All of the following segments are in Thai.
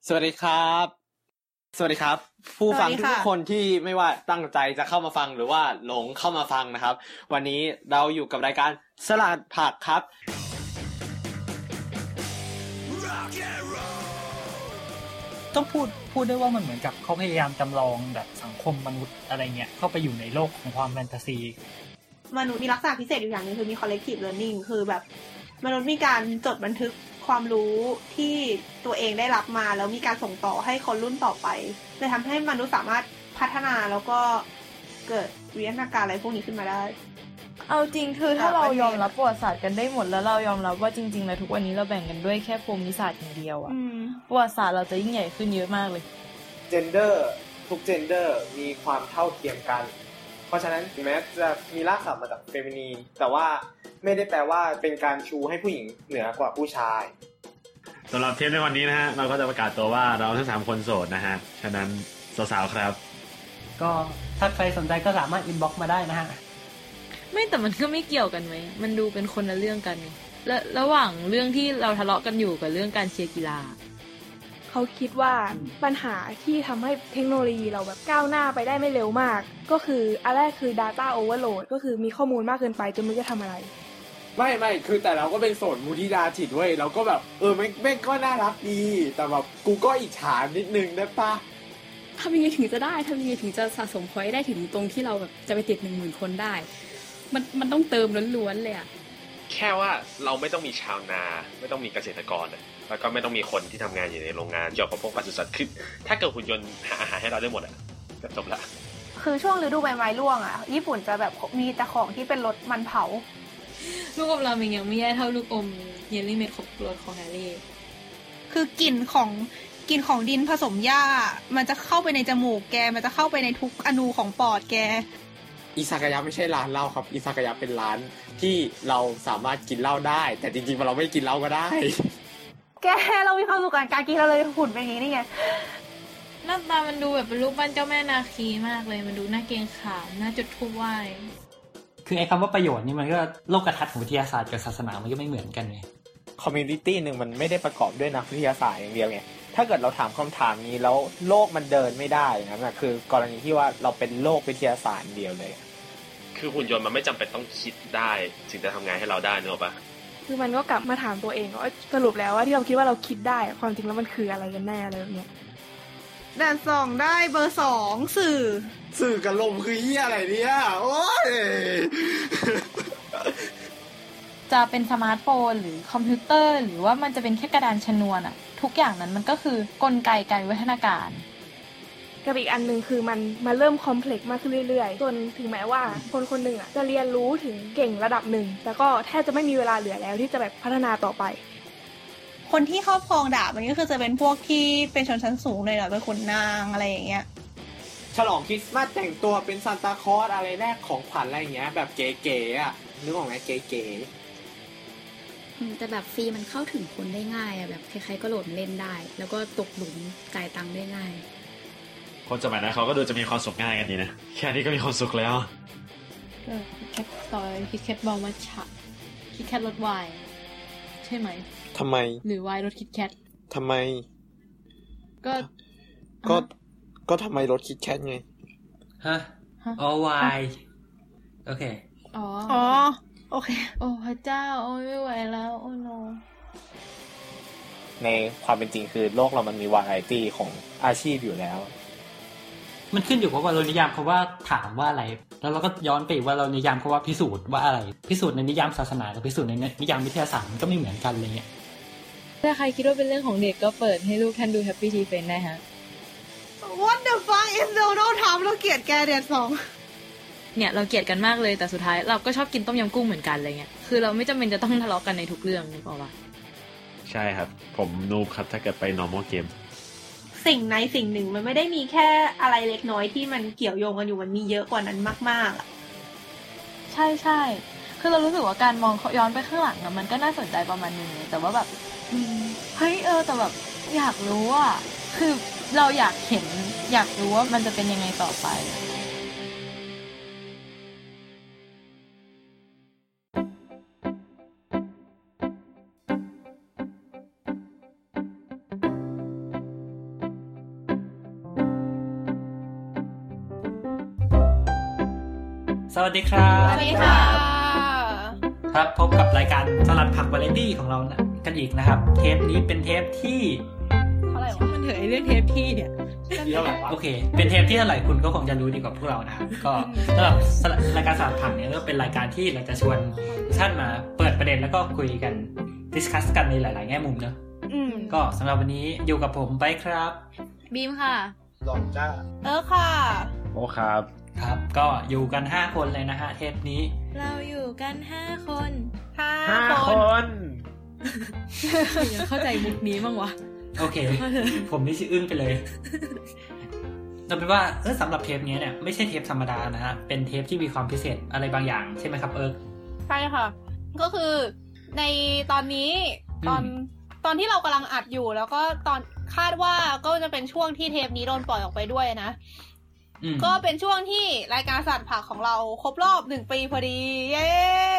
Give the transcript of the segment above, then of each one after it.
สวัสดีครับสวัสดีครับผู้ฟังทุกคนที่ไม่ว่าตั้งใจจะเข้ามาฟังหรือว่าหลงเข้ามาฟังนะครับวันนี้เราอยู่กับรายการสลัดผักครับต้องพูดได้ว่ามันเหมือนกับเขาพยายามจำลองแบบสังคมมนุษย์อะไรเงี้ยเข้าไปอยู่ในโลกของความแฟนตาซีมนุษย์มีลักษณะพิเศษอยู่อย่างนึงคือมี collective learning คือแบบมนุษย์มีการจดบันทึกความรู้ที่ตัวเองได้รับมาแล้วมีการส่งต่อให้คนรุ่นต่อไปเลยทำให้มนุษย์สามารถพัฒนาแล้วก็เกิดวิวัฒนาการอะไรพวกนี้ขึ้นมาได้เอาจริงคือถ้าเรายอมรับประวัติศาสตร์กันได้หมดแล้วเรายอมรับว่าจริงๆแล้วทุกวันนี้เราแบ่งกันด้วยแค่ภูมิศาสตร์อย่างเดียวอะประวัติศาสตร์เราจะยิ่งใหญ่ขึ้นเยอะมากเลยเจนเดอร์ทุกเจนเดอร์มีความเท่าเทียมกันเพราะฉะนั้นถึงแม้จะมีรากศัพท์มาจากเฟมินีนแต่ว่าไม่ได้แปลว่าเป็นการชูให้ผู้หญิงเหนือกว่าผู้ชายสำหรับเทปในวันนี้นะฮะเราก็จะประกาศตัวว่าเราทั้ง3คนโสดนะฮะฉะนั้นสาวๆครับก็ถ้าใครสนใจก็สามารถอินบ็อกซ์มาได้นะฮะไม่แต่มันก็ไม่เกี่ยวกันไหมมันดูเป็นคนละเรื่องกันและระหว่างเรื่องที่เราทะเลาะกันอยู่กับเรื่องการเชียร์กีฬาเขาคิดว่าปัญหาที่ทำให้เทคโนโลยีเราแบบก้าวหน้าไปได้ไม่เร็วมากก็คืออันแรกคือ data overload ก็คือมีข้อมูลมากเกินไปจนไม่รู้จะทำอะไรไม่คือแต่เราก็เป็นโสดมุทิตาจิตเว้ยเราก็แบบแม่งก็น่ารักดีแต่แบบกูก็อิจฉานิดนึงได้ปะทำยังไงถึงจะได้ทำยังไงถึงจะสะสมพอยต์ได้ถึงตรงที่เราแบบจะไปติด 10,000 คนได้มันต้องเติมล้วนๆเลยอะแค่ว่าเราไม่ต้องมีชาวนาไม่ต้องมีเกษตรกรแล้วก็ไม่ต้องมีคนที่ทำงานอยู่ในโรงงานเกี่ยวกับพวกปศุสัตว์คือถ้าเกิดหุ่นยนต์หาอาหารให้เราได้หมดก็จบละคือช่วงฤดูใบไม้ร่วงญี่ปุ่นจะแบบมีแต่ของที่เป็นรสมันเผาลูกอมราเมงยังไม่แย่เท่าลูกอมเยลลี่เม็ดครบรสของแฮร์รี่คือกลิ่นของดินผสมหญ้ามันจะเข้าไปในจมูกแกมันจะเข้าไปในทุกอนูของปอดแกอิซากายะไม่ใช่ร้านเหล้าครับอิซากายะเป็นร้านที่เราสามารถกินเหล้าได้แต่จริงๆเราไม่กินเหล้าก็ได้แกเรามีความสุขกับการกินเราเลยหุ่นเป็นอย่างนี้นี่ไงหน้าตามันดูแบบเป็นรูปปั้นเจ้าแม่นาคีมากเลยมันดูน่าเกรงขามน่าจุดธูปไหว้คือไอ้คำว่าประโยชน์นี่มันก็โลกทัศน์ของวิทยาศาสตร์กับศาสนามันก็ไม่เหมือนกันไงคอมมูนิตี้นึงมันไม่ได้ประกอบด้วยนักวิทยาศาสตร์อย่างเดียวไงถ้าเกิดเราถามคำถามนี้แล้วโลกมันเดินไม่ได้นะคือกรณีที่ว่าเราเป็นโลกวิทยาศาสตร์เดียวเลยคือหุ่นยนต์มันไม่จำเป็นต้องคิดได้ถึงจะทำงานให้เราได้เนอะปะคือมันก็กลับมาถามตัวเองว่าสรุปแล้วว่าที่เราคิดว่าเราคิดได้ความจริงแล้วมันคืออะไรกันแน่อะไรแบบเนี้ยด่าน2ได้เบอร์2สื่อกับลมคือเหี้ยอะไรเนี่ยโอ๊ยจะเป็นสมาร์ทโฟนหรือคอมพิวเตอร์หรือว่ามันจะเป็นแค่กระดานชนวนทุกอย่างนั้นมันก็คือกลไกการวิวัฒนาการกับอีกอันนึงคือมันมาเริ่มคอมเพล็กซ์มากขึ้นเรื่อยๆจนถึงแม้ว่าคนหนึ่งจะเรียนรู้ถึงเก่งระดับหนึ่งแต่ก็แทบจะไม่มีเวลาเหลือแล้วที่จะแบบพัฒนาต่อไปคนที่ครอบครองดาบมันก็คือจะเป็นพวกที่เป็นชนชั้นสูงเลยเป็นขุนนางอะไรอย่างเงี้ยฉลองคริสต์มาสแต่งตัวเป็นซานตาคลอสอะไรแรกของขวัญอะไรอย่างเงี้ยแบบเก๋ๆนึกออกไหมเก๋ๆแต่แบบฟรีมันเข้าถึงคนได้ง่ายแบบใครๆก็โหลดเล่นได้แล้วก็ตกหลุมจ่ายตังค์ได้ง่ายคนสมัยนั้นเขาก็ดูจะมีความสุขง่ายกันดีนะแค่นี้ก็มีความสุขแล้วแคทต่อยคิดแคทบอลมาฉะคิดแคทรถวายใช่ไหมทำไมหรือวายรถคิดแคททำไมก็ทำไมรถคิดแคทไงฮะอ๋อวายโอเคอ๋อโอเคโอ้พระเจ้าโอ้ไม่ไหวแล้วโอ้โนในความเป็นจริงคือโลกเรามันมีวาไรตี้ของอาชีพอยู่แล้วมันขึ้นอยู่กับว่าเรานิยามเขาว่าถามว่าอะไรแล้วเราก็ย้อนไปว่าเรานิยามเขาว่าพิสูจน์ว่าอะไรพิสูจน์ในนิยามศาสนากับพิสูจน์ในนิยามวิทยาศาสตร์มันก็ไม่เหมือนกันเลยเนี่ยถ้าใครคิดว่าเป็นเรื่องของเด็กก็เปิดให้ลูกท่านดู Happy Tree Friends ได้ฮะ What the fuck is Dodo ถามเราเกลียดแกเดือน2 เนี่ยเราเกลียดกันมากเลยแต่สุดท้ายเราก็ชอบกินต้มยำกุ้งเหมือนกันอะไรเงี้ยคือเราไม่จำเป็นจะต้องทะเลาะกันในทุกเรื่องนึกออกป่ะใช่ครับผมนูบครับถ้าเกิดไป normal game สิ่งในสิ่งหนึ่งมันไม่ได้มีแค่อะไรเล็กน้อยที่มันเกี่ยวโยงกันอยู่มันมีเยอะกว่านั้นมากๆใช่ๆคือเรารู้สึกว่าการมองย้อนไปข้างหลังมันก็น่าสนใจประมาณนึงแต่ว่าแบบเฮ้ยแต่แบบอยากรู้ว่าคือเราอยากรู้ว่ามันจะเป็นยังไงต่อไปสวัสดีครับสวัสดีค่ะครับพบกับรายการสลัดผักวาไรตี้ของเรากันอีกนะครับเทปนี้เป็นเทปที่เท่าไหร่วะมันเถอะเรื่องเทปที่เนี่ยโอเคเป็นเทปที่เท่าไหร่คุณก็คงจะรู้ดีกว่าพวกเรานะครับก็สำหรับรายการสลัดผักเนี่ยก็เป็นรายการที่เราจะชวนท่านมาเปิดประเด็นแล้วก็คุยกันดิสคัสกันในหลายๆแง่มุมเนอะก็สำหรับวันนี้อยู่กับผมไปครับบีมค่ะลองจ้าค่ะโอ้ครับครับก็อยู่กัน5คนเลยนะฮะเทปนี้เราอยู่กัน5คน 5คนยังเข้าใจมุกนี้บ้างวะโอเคผมนี่ชื่ออึ้งไปเลยเราเป็นว่าสำหรับเทปนี้เนี่ยไม่ใช่เทปธรรมดานะฮะเป็นเทปที่มีความพิเศษอะไรบางอย่างใช่ไหมครับใช่ค่ะก็คือในตอนนี้ตอนที่เรากำลังอัดอยู่แล้วก็ตอนคาดว่าก็จะเป็นช่วงที่เทปนี้โดนปล่อยออกไปด้วยนะก็เป็นช่วงที่รายการสัตว์ผักของเราครบรอบ1 ปีพอดีเย้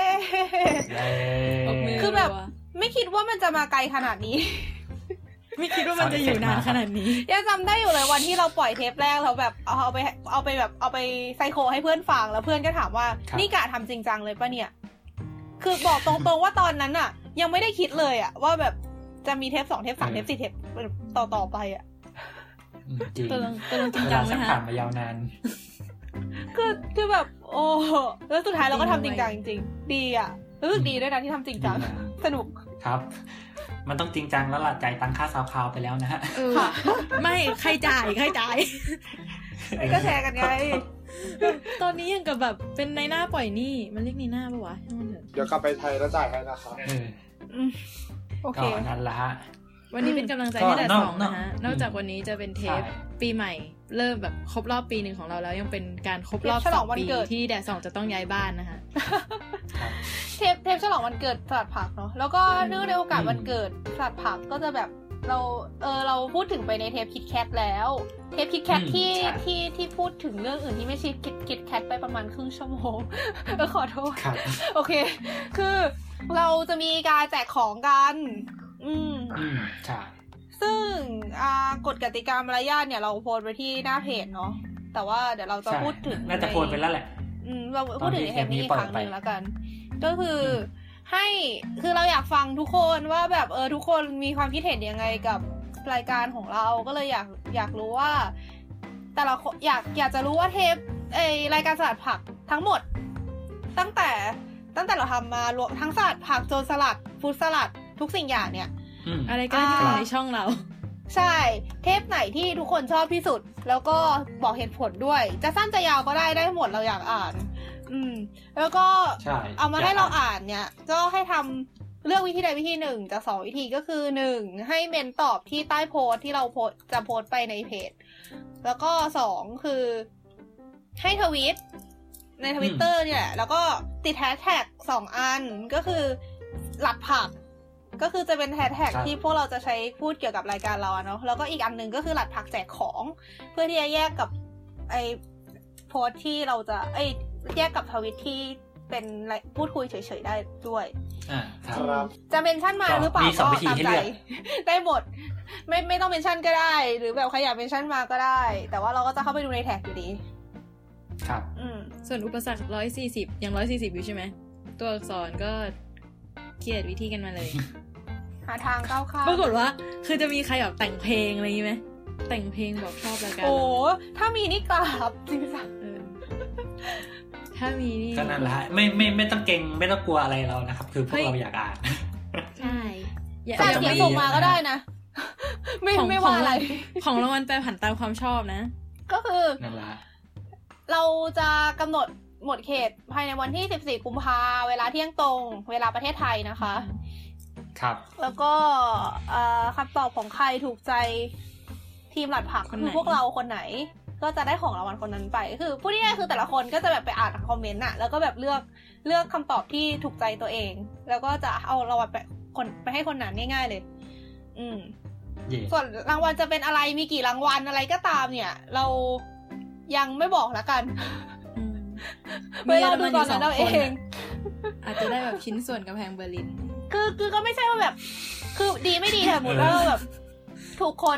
คือแบบไม่คิดว่ามันจะมาไกลขนาดนี้ไม่คิดว่ามันจะอยู่นานขนาดนี้ยังจำได้อยู่เลยวันที่เราปล่อยเทปแรกเราแบบเอาไปไซโคให้เพื่อนฟังแล้วเพื่อนก็ถามว่านี่กะทำจริงจังเลยป่ะเนี่ยคือบอกตรงๆว่าตอนนั้นอะยังไม่ได้คิดเลยอะว่าแบบจะมีเทป2เทป3เทป4เทปต่อไปอะจริงจริงจังไหมฮะผ่านมายาวนานคือแบบโอ้แล้วสุดท้ายเราก็ทำจริงจังจริงๆดีอะรู้สึกดีด้วยนะที่ทำจริงจังสนุกครับมันต้องจริงจังแล้วล่ะจ่ายตังค่าซาวคลาวไปแล้วนะฮะไม่ใครจ่ายก็แชร์กันไงตอนนี้ยังกับแบบเป็นในหน้าปล่อยหนี้มันเรียกในหน้าปะวะเดี๋ยวกลับไปไทยแล้วจ่ายให้นะครับโอเคก็นั่นแหละฮะวันนี้เป็นกำลังใจให้แต่2นะฮะนอกจากวันนี้จะเป็นเทปปีใหม่เริ่มแบบครบรอบปี1ของเราแล้วยังเป็นการครบรอบ2 ปีที่แดด2จะต้องย้ายบ้านนะฮะเทปฉลองวันเกิดสลัดผักเนาะแล้วก็เนื่องในโอกาสวันเกิดสลัดผักก็จะแบบเราพูดถึงไปในเทปคิดแคทแล้วเทปคิดแคทที่พูดถึงเรื่องอื่นที่ไม่ใช่คิดแคทไปประมาณครึ่งชั่วโมงขอโทษโอเคคือเราจะมีการแจกของกันใช่ซึ่งกฎกติกามารยาทเนี่ยเราโพสต์ไว้ที่หน้าเพจเนาะแต่ว่าเดี๋ยวเราจะพูดถึงน่าจะโพสต์ไปแล้วแหละเราพูดถึงในเทปนี้อีกครั้งนึงแล้วกันก็คือคือเราอยากฟังทุกคนว่าแบบทุกคนมีความคิดเห็นยังไงกับรายการของเราก็เลยอยากรู้ว่าแต่ละคนอยากจะรู้ว่าเทปรายการสลัดผักทั้งหมดตั้งแต่เราทำมารวมทั้งสลัดผักโจนสลัดฟู้ดสลัดทุกสิ่งอย่างเนี่ยอะไรก็ได้ที่อยู่ในช่องเราใช่เทปไหนที่ทุกคนชอบที่สุดแล้วก็บอกเหตุผลด้วยจะสั้นจะยาวก็ได้หมดเราอยากอ่านแล้วก็เอามาให้เราอ่านเนี่ยก็ให้ทำเลือกวิธีใดวิธีหนึ่งจาก2วิธีก็คือ1ให้เมนตอบที่ใต้โพสที่เราจะโพสไปในเพจแล้วก็2คือให้ทวีตใน Twitter เนี่ยแล้วก็ติดแฮชแท็ก2อันก็คือหลัดผักก็คือจะเป็นแฮชแท็กที่พวกเราจะใช้พูดเกี่ยวกับรายการเราเนาะแล้วก็อีกอันนึงก็คือหลัดผักแจกของเพื่อที่จะแยกกับไอ้โพสที่เราจะแยกกับทวิตที่เป็นพูดคุยเฉยๆได้ด้วยครับจะเมนชั่นมาหรือเปล่าก็ตามใจได้หมดไม่ต้องเมนชั่นก็ได้หรือแบบใครอยากเมนชั่นมาก็ได้แต่ว่าเราก็จะเข้าไปดูในแท็กอยู่ดีครับส่วนอุปสรรค140ยัง140อยู่ใช่ไหมตัวอักษรก็เขียนวิธีกันมาเลยหาทางก้าวข้ามปรากฏว่าคือจะมีใครแบบแต่งเพลงอะไรอย่างงี้ไหมแต่งเพลงบอกชอบรายการโอ้ถ้ามีนี่กราบจริงจังถ้ามีนี่ก็นั่นแหละไม่ต้องเก่งไม่ต้องกลัวอะไรเรานะครับคือพวกเราอยากอ่านใช่แต่เขียนส่งมาก็ได้นะไม่ว่าอะไรของรางวัลแปรผันตามความชอบนะก็คือนั่นแหละเราจะกำหนดหมดเขตภายในวันที่14กุมภาพันธ์เวลาเที่ยงตรงเวลาประเทศไทยนะคะครับแล้วก็คำตอบของใครถูกใจทีมหลัดผักคือพวกเราคนไหนก็จะได้ของรางวัลคนนั้นไปคือพูดง่ายๆคือแต่ละคนก็จะแบบไปอ่านคอมเมนต์อะแล้วก็แบบเลือกคำตอบที่ถูกใจตัวเองแล้วก็จะเอารางวัลไปให้คนนั้นง่ายๆเลยส่วนรางวัลจะเป็นอะไรมีกี่รางวัลอะไรก็ตามเนี่ยเรายังไม่บอกแล้วกันเวลาดูตอนนั้นเราเองอาจจะได้แบบชิ้นส่วนกำแพงเบอร์ลินคือก็ไม่ใช่ว่าแบบคือดีไม่ดีสมมุติว่าแบบถูกคน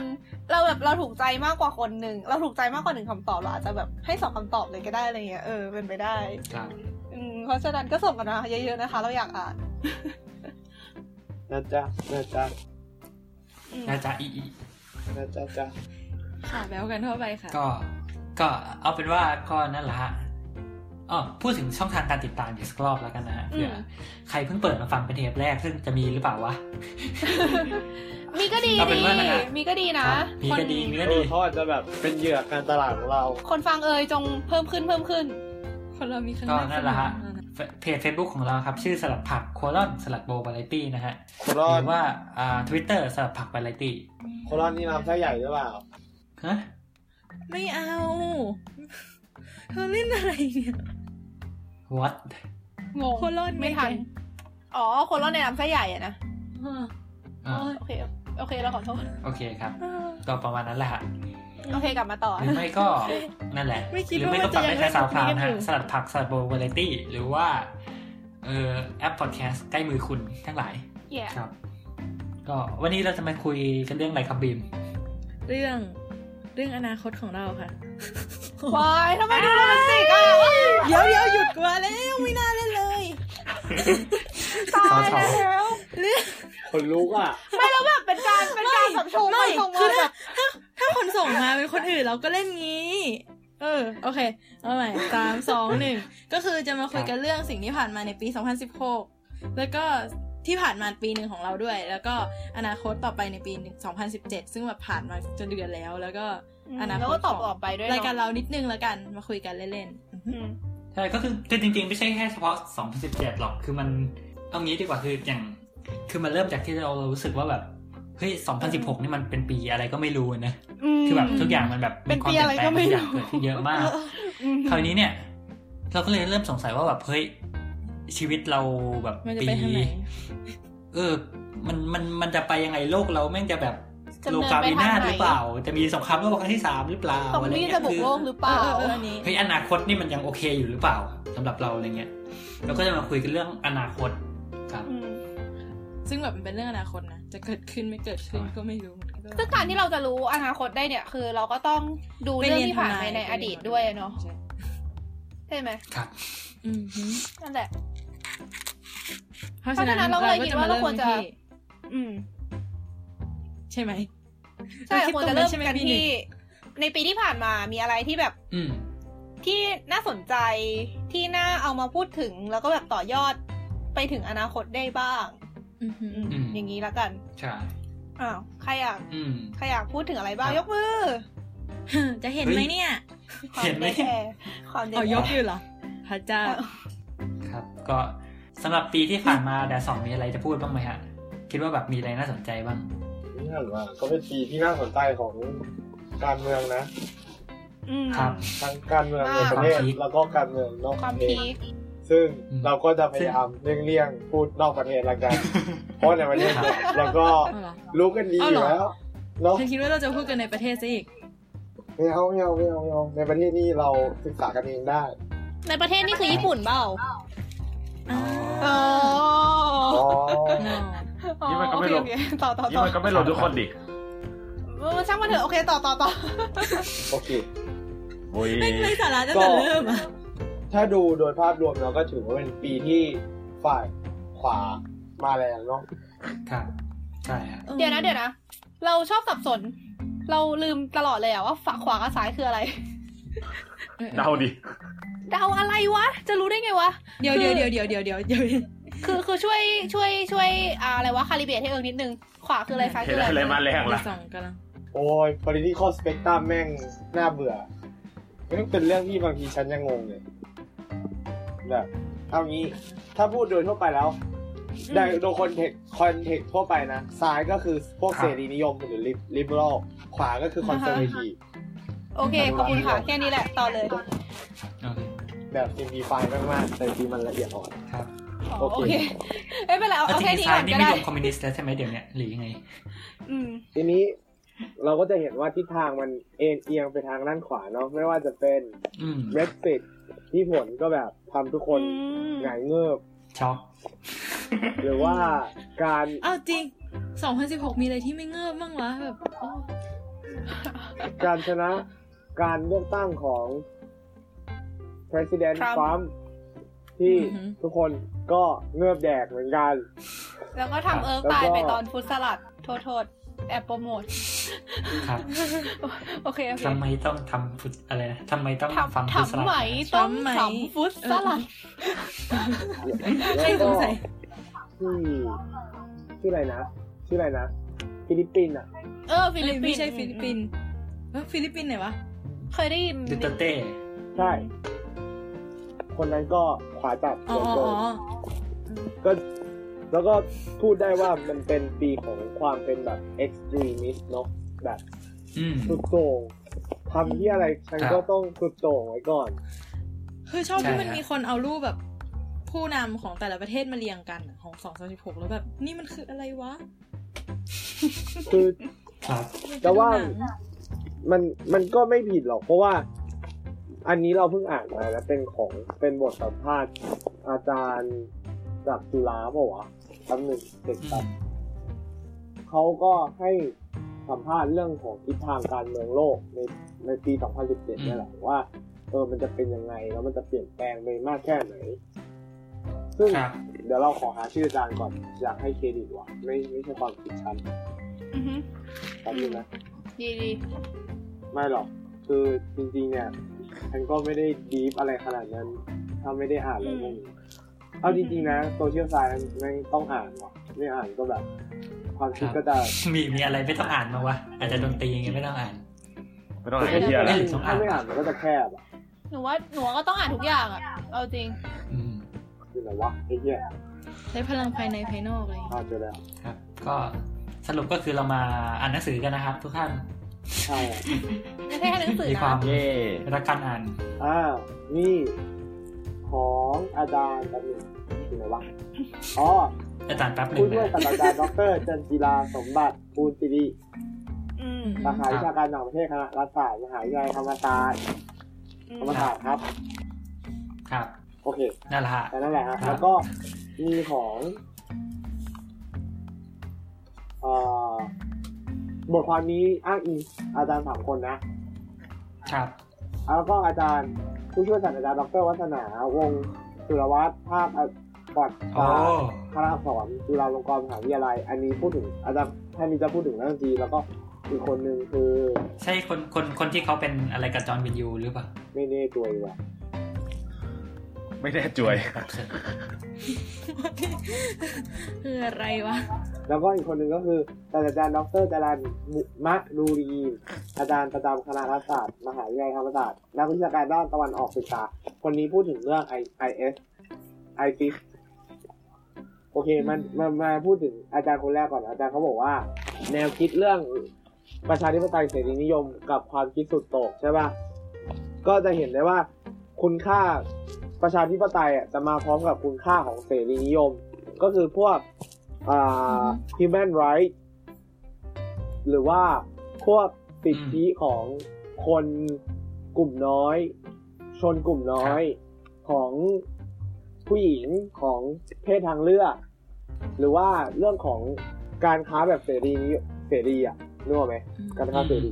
เราถูกใจมากกว่าคนหนึ่งเราถูกใจมากกว่า1คำตอบเราอาจจะแบบให้2คำตอบเลยก็ได้อะไรเงี้ยเป็นไปได้ครับเพราะฉะนั้นก็ส่งกันมาเยอะๆนะคะเราอยากอ่านนะจ๊ะนะจ๊ะอีนะจ๊ะค่ะแบวกันทั่วไปค่ะก็เอาเป็นว่าก็นั่นแหละฮะพูดถึงช่องทางการติดตามอีกสักรอบแล้วกันนะฮะเผื่อใครเพิ่งเปิดมาฟังเป็นเทปแรกซึ่งจะมีหรือเปล่าวะมีก็ดีมีก็ดีนะมีก็ดีเขาอาจจะแบบเป็นเหยื่อการตลาดของเราคนฟังจงเพิ่มขึ้นคนเรามีครั้งแรกก็นั่นแหละฮะเพจ Facebook ของเราครับชื่อสลัดผักสลัดโบว์วาไรตี้นะฮะหรือว่าTwitter สลัดผักวาไรตี้นี่น้ำไส้ใหญ่หรือเปล่าฮะไม่เอาเธอเล่นอะไรเนี่ย What งงโคลอนไม่ทันโคลอนในน้ำไส้ใหญ่อะนะโอเคเราขอโทษโอเคครับก็ประมาณนั้นแหละฮะโอเคกลับมาต่อหรือไม่ก็นั่นแหละหรือไม่ก็ฟังได้แค่SoundCloudนะฮะสลัดผักสลัดโบว์วาไรตี้หรือว่าแอปพอดแคสต์ใกล้มือคุณทั้งหลายครับก็วันนี้เราจะมาคุยกันเรื่องอะไรครับบีมเรื่องอนาคตของเราค่ะวายทำไมดูโรแมนติกอ่ะเดี๋ยวหยุดกว่าแล้วไม่น่าเล่นเลยตายแล้วคนลุกอ่ะไม่แล้วแบบเป็นการสับชงไม่คือถ้าคนส่งมาเป็นคนอื่นเราก็เล่นงี้โอเคเอาใหม่3 2 1ก็คือจะมาคุยกันเรื่องสิ่งที่ผ่านมาในปี2016แล้วก็ที่ผ่านมาปีนึงของเราด้วยแล้วก็อนาคตต่อไปในปี2017ซึ่งแบบผ่านมาจะเดือนแล้วก็อนาคตต่อไปด้วยรายการเรานิดนึงแล้วกันมาคุยกันเล่นๆใช่ก็คือจริงๆไม่ใช่แค่เฉพาะ2017หรอกคือมันเอางี้ดีกว่าคือมันเริ่มจากที่เรารู้สึกว่าแบบเฮ้ย2016นี่มันเป็นปีอะไรก็ไม่รู้นะคือแบบทุกอย่างมันแบบมีความเปลี่ยนแปลงทุกอย่างเกิดขึ้นเยอะมากคราวนี้เนี่ยเราก็เลยเริ่มสงสัยว่าแบบเฮ้ยชีวิตเราแบบปีมันจะไปยังไงโลกเราแม่งจะแบบโลกาวินาศหรือเปล่าจะมีสงครามโลกครั้งที่3หรือเปล่าอะไรเงี้ยจะบุกโลกหรือเปล่าเฮ้ยอนาคตนี่มันยังโอเคอยู่หรือเปล่าสำหรับเราอะไรเงี้ยเราก็จะมาคุยกันเรื่องอนาคตครับซึ่งแบบมันเป็นเรื่องอนาคตนะจะเกิดขึ้นไม่เกิดขึ้นก็ไม่รู้ซึ่งการที่เราจะรู้อนาคตได้เนี่ยคือเราก็ต้องดูเรื่องที่ผ่านมาในอดีตด้วยเนาะใช่ไหมครับนั่นแหละเพราะฉะนั้นเราเลยคิดว่าเราควรจะใช่ไหมใช่ควรจะเริ่มกันที่ในปีที่ผ่านมามีอะไรที่แบบที่น่าสนใจที่น่าเอามาพูดถึงแล้วก็แบบต่อยอดไปถึงอนาคตได้บ้างอย่างนี้ละกันใช่ใครอยากพูดถึงอะไรบ้างยกมือจะเห็นไหมเนี่ยเห็นไหมความเด็ดยกอยู่เหรอพระเจ้าครับก็สำหรับปีที่ผ่านมาแดสองมีอะไรจะพูดบ้างไหมฮะคิดว่าแบบมีอะไรน่าสนใจบ้างนี่ถือว่าก็เป็นปีที่น่าสนใจของการเมืองนะครับทั้งการเมืองในประเทศแล้วก็การเมืองนอกประเทศซึ่งเราก็จะพยายามเลี่ยงพูดนอกประเทศละกันเพราะในประเทศเราก็รู้กันดีอยู่แล้วเนาะฉันคิดว่าเราจะพูดกันในประเทศซะอีกไม่เอาในประเทศนี่เราศึกษากันเองได้ในประเทศนี่คือญี่ปุ่นเปล่านี่มันก็ไม่ลงนี่มันก็ไม่ลงทุกคนดิช่างมันเถอะโอเคต่อโอเคไม่สาระตั้งแต่เริ่มอะถ้าดูโดยภาพรวมเราก็ถือว่าเป็นปีที่ฝ่ายขวามาแรงเนาะครับใช่ฮะเดี๋ยวนะเราชอบสับสนเราลืมตลอดเลยอะว่าฝั่งขวากับซ้ายคืออะไรเดาดิเดาอะไรวะจะรู้ได้ไงวะเดี๋ยวคือช่วยอะไรวะคาลิเบรตให้นิดนึงขวาคืออะไรซ้ายคืออะไรมาแรงล่ะโอ้ย political spectrum แม่งน่าเบื่อมันเป็นเรื่องที่บางทีฉันยังงงเลยแบบเอางี้ถ้าพูดโดยทั่วไปแล้วโดยคอนเทกต์ทั่วไปนะซ้ายก็คือพวกเสรีนิยมหรือ liberal ขวาก็คือ conservative โอเคขอบคุณค่ะแค่นี้แหละต่อเลยแบบ simplify มากๆแต่ทีมันละเอียดอ่อนครับโอเคไม่เป็นไรเอาแค่นี้ก่อนก็ได้ไม่รวมคอมมิวนิสต์แล้วใช่ไหมเดี๋ยวนี้หรือยังไงทีนี้เราก็จะเห็นว่าทิศทางมันเอียงไปทางด้านขวาเนาะไม่ว่าจะเป็น Brexit ที่ผลก็แบบทำทุกคนหงายเงิบช็อกหรือว่าการจริง2016มีอะไรที่ไม่เงิบบ้างวะแบบการชนะการเลือกตั้งของ President Trump ที่ทุกคนก็เงือบแดกเหมือนกันแล้วก็ทำตายไปตอนฟุตสลัดโทษแอบโปรโมทครับโอเคทำไมต้องทำฟุตอะไรนะทำไมต้องฟังฟุตสลัดทำไมต้องทำฟุตสลัดให้สงสัยชื่ออะไรนะฟิลิปปินส์อ่ะฟิลิปปินส์ไม่ใช่ฟิลิปปินส์ฟิลิปปินส์ไหนวะเคยได้ยินดูเตเต้ใช่คนนั้นก็ขวาจัดก็แล้วก็พูดได้ว่ามันเป็นปีของความเป็นแบบ extremist เนาะแบบสุดโต่งทำที่อะไรฉันก็ต้องสุดโต่งไว้ก่อนคือชอบที่มันมีคนเอารูปแบบผู้นำของแต่ละประเทศมาเรียงกันของ2016แล้วแบบนี่มันคืออะไรวะคือแต่ว่ามันก็ไม่ผิดหรอกเพราะว่าอันนี้เราเพิ่งอ่านมาแล้วเป็นบทสัมภาษณ์อาจารย์จากจุฬาเปล่าวะคำหนึ่งเด็กตัดเขาก็ให้สัมภาษณ์เรื่องของทิศทางการเมืองโลกในปี 2017 นี่แหละว่ามันจะเป็นยังไงแล้วมันจะเปลี่ยนแปลงไปมากแค่ไหนซึ่งเดี๋ยวเราขอหาชื่ออาจารย์ก่อนอยากให้เครดิตว่ะไม่ใช่ความผิดฉันแป๊บนึงนะดีไม่หรอกคือจริงๆเนี่ยฉันก็ไม่ได้ดีฟอะไรขนาดนั้นถ้าไม่ได้อ่านเลยพวกนี้เอาจริงๆนะโซเชียลไซน์ไม่ต้องอ่านหรอกไม่อ่านก็แบบความคิดก็จะมีอะไรไม่ต้องอ่านมาวะอาจจะดนตรีอย่างเงี้ยไม่ต้องอ่านไอ้เหี้ยแล้วถ้าไม่อ่านมันก็จะแคบอ่ะหนูว่าก็ต้องอ่านทุกอย่างอ่ะเอาจริงคืออะไรวะไอ้เหี้ยใช้พลังภายในภายนอกเลยเจอแล้วครับก็สรุปก็คือเรามาอ่านหนังสือกันนะครับทุกท่านใช่ไม่ใช่แค่หนังสือนะมีความรักการอ่านนี่ของอาจารย์แป๊บนึงคืออะไรวะอาจารย์แป๊บนึงผู้ช่วยศาสตราจารย์ดร.จันจีราสมบัติภูลศิริสาขาวิชาการต่างประเทศคณะรัฐศาสตร์มหาวิทยาลัยธรรมศาสตร์ครับโอเคนั่นแหละฮะแล้วก็มีของบทความนี้อ้างอิงอาจารย์3 คนนะครับแล้วก็อาจารย์ผู้ช่วยศาสตราจารย์ดร.วัฒนาวงศ์สุรวัฒน์ภาคปอดคณะสอนจุฬาลงกรณ์มหาวิทยาลัยอันนี้พูดถึงอาจารย์ท่านนี้จะพูดถึงเรื่องจีนแล้วก็อีกคนนึงคือใช่คนที่เขาเป็นอะไรกับจอห์นวินยูหรือเปล่าไม่แน่จวยว่ะไม่แน่จวยคืออะไรวะแล้วก็อีกคนนึงก็คือศาสตราจารย์ดร.จรัญมะนูรีอาจารย์ประจำคณะรัฐศาสตร์มหาวิทยาลัยธรรมศาสตร์นักวิชาการด้านตะวันออกศึกษาคนนี้พูดถึงเรื่อง ISIS โอเคมาพูดถึงอาจารย์คนแรกก่อนอาจารย์เขาบอกว่าแนวคิดเรื่องประชาธิปไตยเสรีนิยมกับความคิดสุดโต่งใช่ป่ะก็จะเห็นได้ว่าคุณค่าประชาธิปไตยจะมาพร้อมกับคุณค่าของเสรีนิยมก็คือพวกhuman rights หรือว่าพวกสิทธิของคนกลุ่มน้อยชนกลุ่มน้อยของผู้หญิงของเพศทางเลือกหรือว่าเรื่องของการค้าแบบเสรีอ่ะนึกออกไหมการค้าเสรี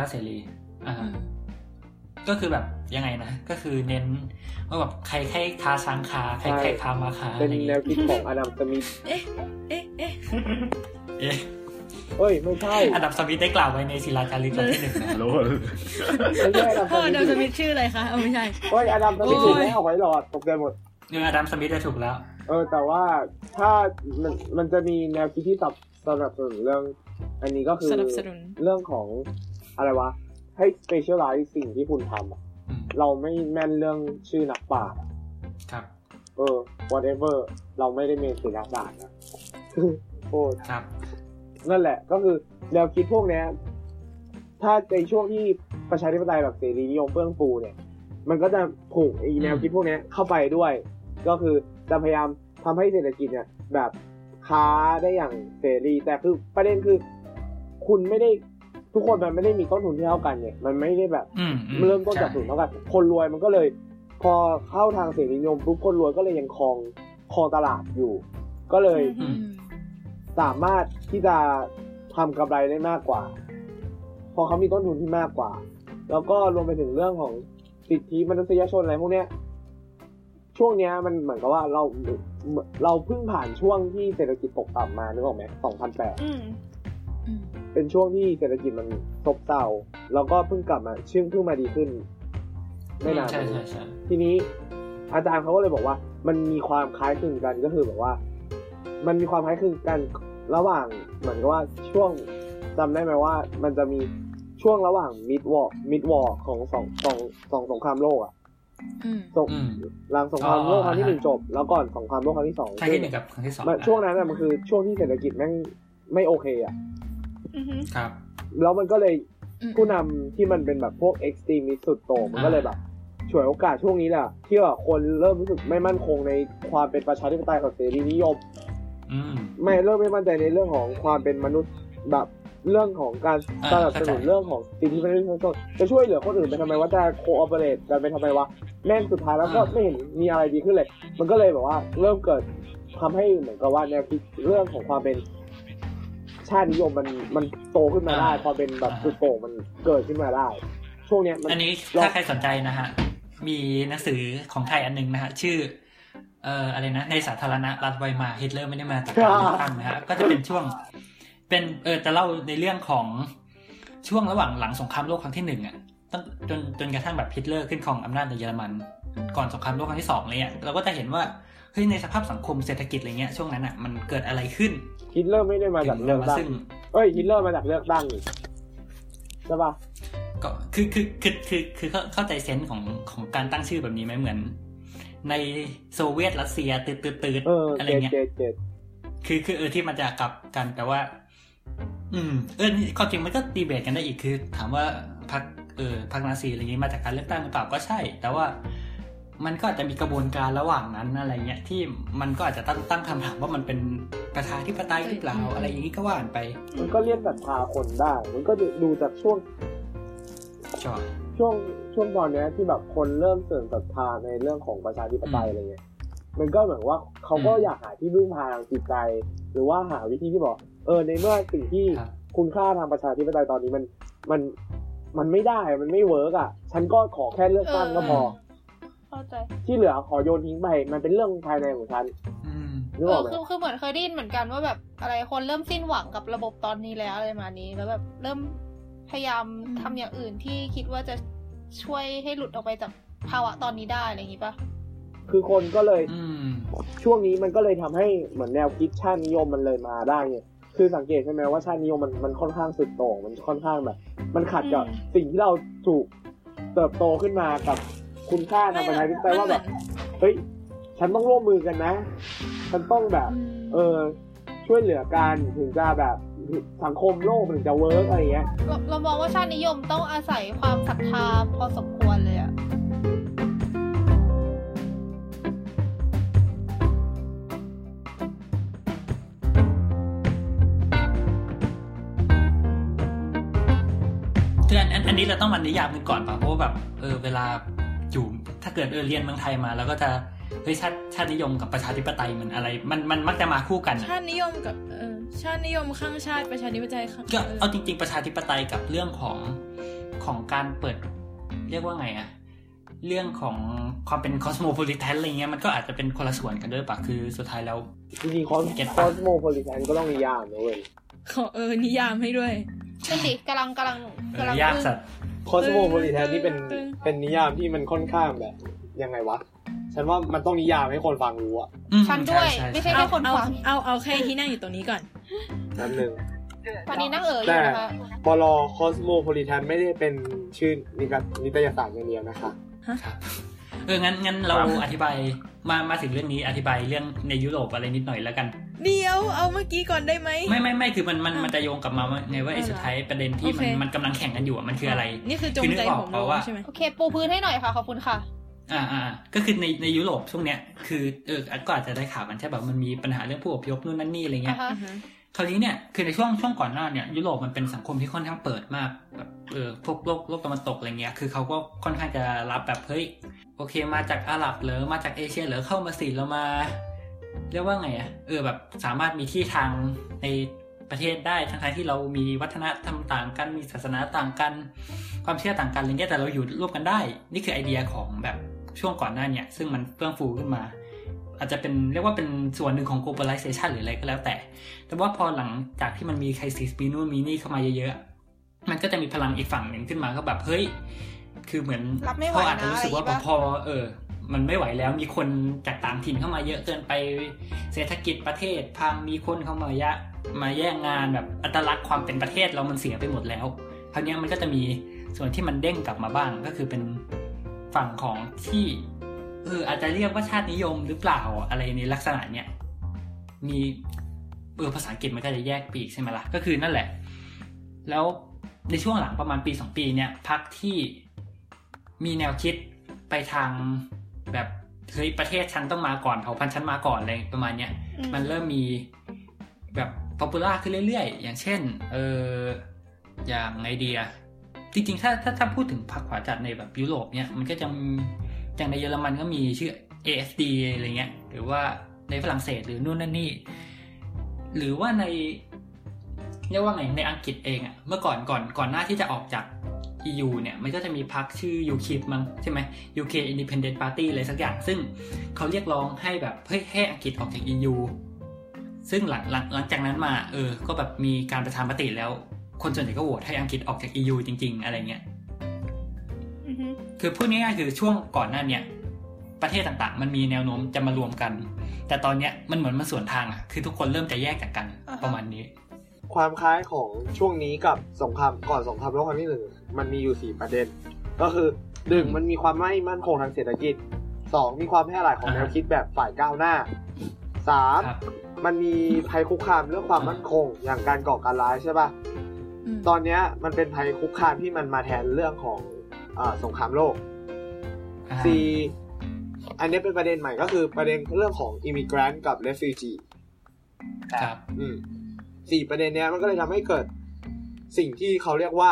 ก็คือแบบยังไงนะก็คือเน้นว่าแบบใครค้าช้างค้าใครค้าม้าค้าเป็นแนวคิดของอดัมสมิธเอ้ยไม่ใช่อดัมสมิธได้กล่าวไว้ในศิลาจารึกบทที่ 1นะรู้ไม่ใช่อดัมสมิธชื่ออะไรคะไม่ใช่โอ้ยอดัมสมิธถูกไม่เอาไว้หลอดตกใจหมดอดัมสมิธได้ถูกแล้วแต่ว่าถ้ามันจะมีแนวคิดที่สนับสนุนเรื่องอันนี้ก็คือเรื่องของอะไรวะให้ specialize สิ่งที่คุณทำเราไม่แม่นเรื่องชื่อนักปราชญ์ครับ whatever เราไม่ได้เมนศิลปะนะโอ้ครับนั่นแหละก็คือแนวคิดพวกนี้ถ้าในช่วงที่ประชาธิปไตยแบบเสรีนิยมเฟื่องฟูเนี่ยมันก็จะผูกแนวคิดพวกนี้เข้าไปด้วยก็คือจะพยายามทำให้เศรษฐกิจเนี่ยแบบค้าได้อย่างเสรีแต่คือประเด็นคือคุณไม่ได้ทุกคนมันไม่ได้มีต้นทุนที่เท่ากันเนี่ยมันไม่ได้แบบเริ่มต้นจากศูนย์เท่ากันคนรวยมันก็เลยพอเข้าทางเสรีนิยมปุ๊บคนรวยก็เลยยังครองตลาดอยู่ก็เลยสามารถที่จะทำกำไรได้มากกว่าพอเขามีต้นทุนที่มากกว่าแล้วก็รวมไปถึงเรื่องของสิทธิมนุษยชนอะไรพวกเนี้ยช่วงเนี้ยมันเหมือนกับว่าเราเพิ่งผ่านช่วงที่เศรษฐกิจตกต่ำมานึกออกไหม2008เป็นช่วงที่เศรษฐกิจมันซบเซาแล้วก็เพิ่งกลับมาเพิ่งมาดีขึ้นไม่นานทีนี้อาจารย์เขาก็เลยบอกว่ามันมีความคล้ายคลึงกันก็คือแบบว่ามันมีความคล้ายคลึงกันระหว่างเหมือนกับว่าช่วงจำได้ไหมว่ามันจะมีช่วงระหว่างมิดวอร์ของสงครามโลกอ่ะหลังสงครามโลกครั้งที่1จบแล้วก่อนสงครามโลกครั้งที่2 ครั้งที่1กับครั้งที่2 ช่วงนั้นน่ะมันคือช่วงที่เศรษฐกิจแม่งไม่โอเคอ่ะครับแล้วมันก็เลยผู้นำที่มันเป็นแบบพวกเอ็กซ์ตรีมิสต์สุดโต่งมันก็เลยแบบฉวยโอกาสช่วงนี้แหละที่ว่าคนเริ่มรู้สึกไม่มั่นคงในความเป็นประชาธิปไตยกับเสรีนิยมเริ่มไม่มั่นใจในเรื่องของความเป็นมนุษย์แบบเรื่องของการสนับสนุนเรื่องของสิทธิมนุษยชนจะช่วยเหลือคนอื่นไปทำไมว่าจะโคออเปเรทกันไปทำไมวะแม่งสุดท้ายแล้วก็ไม่เห็นมีอะไรดีขึ้นเลยมันก็เลยแบบว่าเริ่มเกิดทำให้เหมือนกับว่าแนวคิดเรื่องของความเป็นชาตินิยมมันโตขึ้นมาได้พอเป็นแบบสุดโต่งมันเกิดขึ้นมาได้ช่วงเนี้ยอันนี้ถ้าใครสนใจนะฮะมีหนังสือของไทยอันนึงนะฮะชื่ออะไรนะในสาธารณรัฐไวมาร์ฮิตเลอร์ไม่ได้มาจากการเลือกตั้งนะฮะก็จะเป็นช่วงเป็นจะเล่าในเรื่องของช่วงระหว่างหลังสงครามโลกครั้งที่1อ่ะจนกระทั่งแบบฮิตเลอร์ขึ้นครองอำนาจในเยอรมันก่อนสงครามโลกครั้งที่2เลยอ่ะเราก็จะเห็นว่าเฮ้ยในสภาพสังคมเศรษฐกิจอะไรเงี้ยช่วงนั้นอ่ะมันเกิดอะไรขึ้นฮิตเลอร์ไม่ได้มาจากเลือกตั้งฮิตเลอร์มาจากเลือกตั้งใช่ป่ะก็คือเข้าใจเซนส์ของการตั้งชื่อแบบนี้ไหมเหมือนในโซเวียตรัสเซียตืดอะไรเงี้ยคือที่มันจะกลับกันแต่ว่าความจริงมันก็ดีเบตกันได้อีกคือถามว่าพรรคนาซีอะไรอย่างงี้มาจากการเลือกตั้งหรือเปล่าก็ใช่แต่ว่ามันก็อาจจะมีกระบวนการระหว่างนั้นอะไรเงี้ยที่มันก็อาจจะตั้งคำถามว่ามันเป็นประชาธิปไตยหรือเปล่าอะไรอย่างงี้ก็ว่ากันไปมันก็เรียกศรัทธาคนได้มันก็ดูจากช่วงตอนนี้ที่แบบคนเริ่มเสื่อมศรัทธาในเรื่องของประชาธิปไตยอะไรเงี้ยมันก็เหมือนว่าเขาก็อยากหาที่พึ่งพาทางจิตใจหรือว่าหาวิธีที่บอกในเมื่อสิ่งที่คุณค่าทางประชาธิปไตยตอนนี้มันไม่ได้มันไม่เวิร์กอ่ะฉันก็ขอแค่เลือกตั้งก็พอเข้าใจที่เหลือขอโยนทิ้งไปมันเป็นเรื่องภายในของฉันคือเหมือนเคยได้ยินเหมือนกันว่าแบบอะไรคนเริ่มสิ้นหวังกับระบบตอนนี้แล้วอะไรมานี้แล้วแบบเริ่มพยายามทำอย่างอื่นที่คิดว่าจะช่วยให้หลุดออกไปจากภาวะตอนนี้ได้อะไรอย่างงี้ป่ะคือคนก็เลยช่วงนี้มันก็เลยทำให้เหมือนแนวคิดชาตินิยมมันเลยมาได้ไงคือสังเกตใช่ไหมว่าชาตินิยมมันค่อนข้างสุดโต่งมันค่อนข้างแบบมันขัดกับสิ่งที่เราถูกเติบโตขึ้นมากับคุณค่าทางประชาธิปไตยว่าแบบเฮ้ยฉันต้องร่วมมือกันนะฉันต้องแบบช่วยเหลือกันถึงจะแบบสังคมโลกถึงจะเวิร์กอะไรเงี้ยเรามองว่าชาตินิยมต้องอาศัยความศรัทธาพอสมควรเลยอะคืออันนี้เราต้องมานิยามกันก่อนป่ะเพราะว่าแบบเวลาอยู่ถ้าเกิดเรียนเมืองไทยมาแล้วก็จะเฮ้ยชาตินิยมกับประชาธิปไตยมันอะไรมันมักจะมาคู่กันชาตินิยมกับชาตินิยมข้างชาติประชาธิปไตยข้างก็เอาจริงๆประชาธิปไตยกับเรื่องของการเปิดเรียกว่าไงอะเรื่องของความเป็นคอสโมโพลิแทนอะไรเงี้ยมันก็อาจจะเป็นคนละส่วนกันด้วยป่ะคือสุดท้ายแล้วจริงๆคอสโมโพลิแทนก็ต้องนิยามนะเว้ยขอนิยามให้ด้วยนั่นดิกำลังยากสัตว์คอสโมโพลิแทนที่เป็นนิยามที่มันค่อนข้างแบบยังไงวะฉันว่ามันต้องนิยามให้คนฟังรู้อ่ะฉันด้วยไม่ใช่แค่คนฟังเอาแค่ที่นั่งอยู่ตรงนี้ก่อนนั่นนึงตอนนี้นั่งอยู่นะคะปลคอสโมโพลิแทนไม่ได้เป็นชื่อนิตยสารอย่างเดียวนะคะครับงั้นเราอธิบายมาถึงเรื่องนี้อธิบายเรื่องในยุโรปอะไรนิดหน่อยแล้วกันเดี๋ยวเอาเมื่อกี้ก่อนได้ไหมไม่คือมันจะโยงกลับมาไงว่าไอ้สุดท้ายประเด็นที่มันกำลังแข่งกันอยู่มันคืออะไรนี่คือจงใจผมรู้ใช่ไหมโอเคปูพื้นให้หน่อยค่ะขอบคุณค่ะก็คือในยุโรปช่วงเนี้ยคือก็อาจจะได้ข่าวมันใช่แบบมันมีปัญหาเรื่องผู้อพยพนู่นนั่นนี่อะไรเงี้ยคราวนี้เนี่ยคือในช่วงก่อนหน้าเนี่ยยุโรปมันเป็นสังคมที่ค่อนข้างเปิดมากแบบพวกโลกตะวันตกอะไรเงี้ยคือเขาก็ค่อนข้างจะรับแบบเฮ้ยโอเคมาจากอาหรับหรือมาจากเอเชียหรือเข้ามาสิเรามาเรียกว่าไงแบบสามารถมีที่ทางในประเทศได้ทั้งที่เรามีวัฒนธรรมต่างกันมีศาสนาต่างกันความเชื่อต่างกันอะไรเงี้ยแต่เราอยู่ร่วมกันได้นี่คือไอเดียของแบบช่วงก่อนหน้าเนี่ยซึ่งมันเฟื่องฟูขึ้นมาอาจจะเป็นเรียกว่าเป็นส่วนหนึ่งของ globalization หรืออะไรก็แล้วแต่ว่าพอหลังจากที่มันมีไครซิสมีนู่นมีนี่เข้ามาเยอะๆมันก็จะมีพลังอีกฝั่งหนึ่งขึ้นมาก็แบบเฮ้ยคือเหมือนเขาอาจจะรู้สึกว่าพอมันไม่ไหวแล้วมีคนจากต่างถิ่นเข้ามาเยอะเกินไปเศรษฐกิจประเทศพังมีคนเข้ามาแย่งงานแบบอัตลักษณ์ความเป็นประเทศเรามันเสียไปหมดแล้วคราวนี้มันก็จะมีส่วนที่มันเด้งกลับมาบ้างก็คือเป็นฝั่งของที่อาจจะเรียกว่าชาตินิยมหรือเปล่าอะไรในลักษณะเนี้ยมีภาษาอังกฤษมันก็จะแยกปีกใช่ไหมล่ะก็คือนั่นแหละแล้วในช่วงหลังประมาณปี2ปีเนี่ยพรรคที่มีแนวคิดไปทางแบบเฮ้ยประเทศฉันต้องมาก่อนเผ่าพันธุ์ฉันมาก่อนอะไรประมาณเนี้ยมันเริ่มมีแบบป๊อปปูล่าขึ้นเรื่อยๆอย่างเช่นอย่างไอเดียจริงๆถ้าพูดถึงพรรคขวาจัดในแบบยุโรปเนี่ยมันก็จะอย่างในเยอรมันก็มีชื่อ AFD อะไรเงี้ยหรือว่าในฝรั่งเศสหรือนู่นนั่นนี่หรือว่าในเรียกว่าไงในอังกฤษเองอ่ะเมื่อก่อนหน้าที่จะออกจาก EU เนี่ยมันก็จะมีพรรคชื่อ UKIP มั้งใช่ไหม UK Independent Party อะไรสักอย่างซึ่งเขาเรียกร้องให้แบบให้อังกฤษออกจาก EU ซึ่งหลังจากนั้นมาก็แบบมีการประชามติแล้วคนส่วนใหญ่ก็โหวตให้อังกฤษออกจาก EU จริงๆอะไรเงี้ยคือพูดง่ายๆคือช่วงก่อนหน้าเนี่ยประเทศต่างๆมันมีแนวโน้มจะมารวมกันแต่ตอนเนี้ยมันเหมือนมันสวนทางอ่ะคือทุกคนเริ่มจะแยกจากกันประมาณนี้ความคล้ายของช่วงนี้กับสงครามก่อนสงครามโลกครั้งที่1มันมีอยู่4ประเด็นก็คือ1มันมีความไม่มั่นคงทางเศรษฐกิจ2มีความแพร่หลายของแนวคิดแบบฝ่ายก้าวหน้า3มันมีภัยคุกคามเรื่องความมั่นคงอย่างการก่อการร้ายใช่ป่ะตอนนี้มันเป็นภัยคุกคามที่มันมาแทนเรื่องของสงครามโลก4อันนี้เป็นประเด็นใหม่ก็คือประเด็นเรื่องของ immigrant กับ refugee ครับ 4ประเด็นเนี้ยมันก็เลยทำให้เกิดสิ่งที่เขาเรียกว่า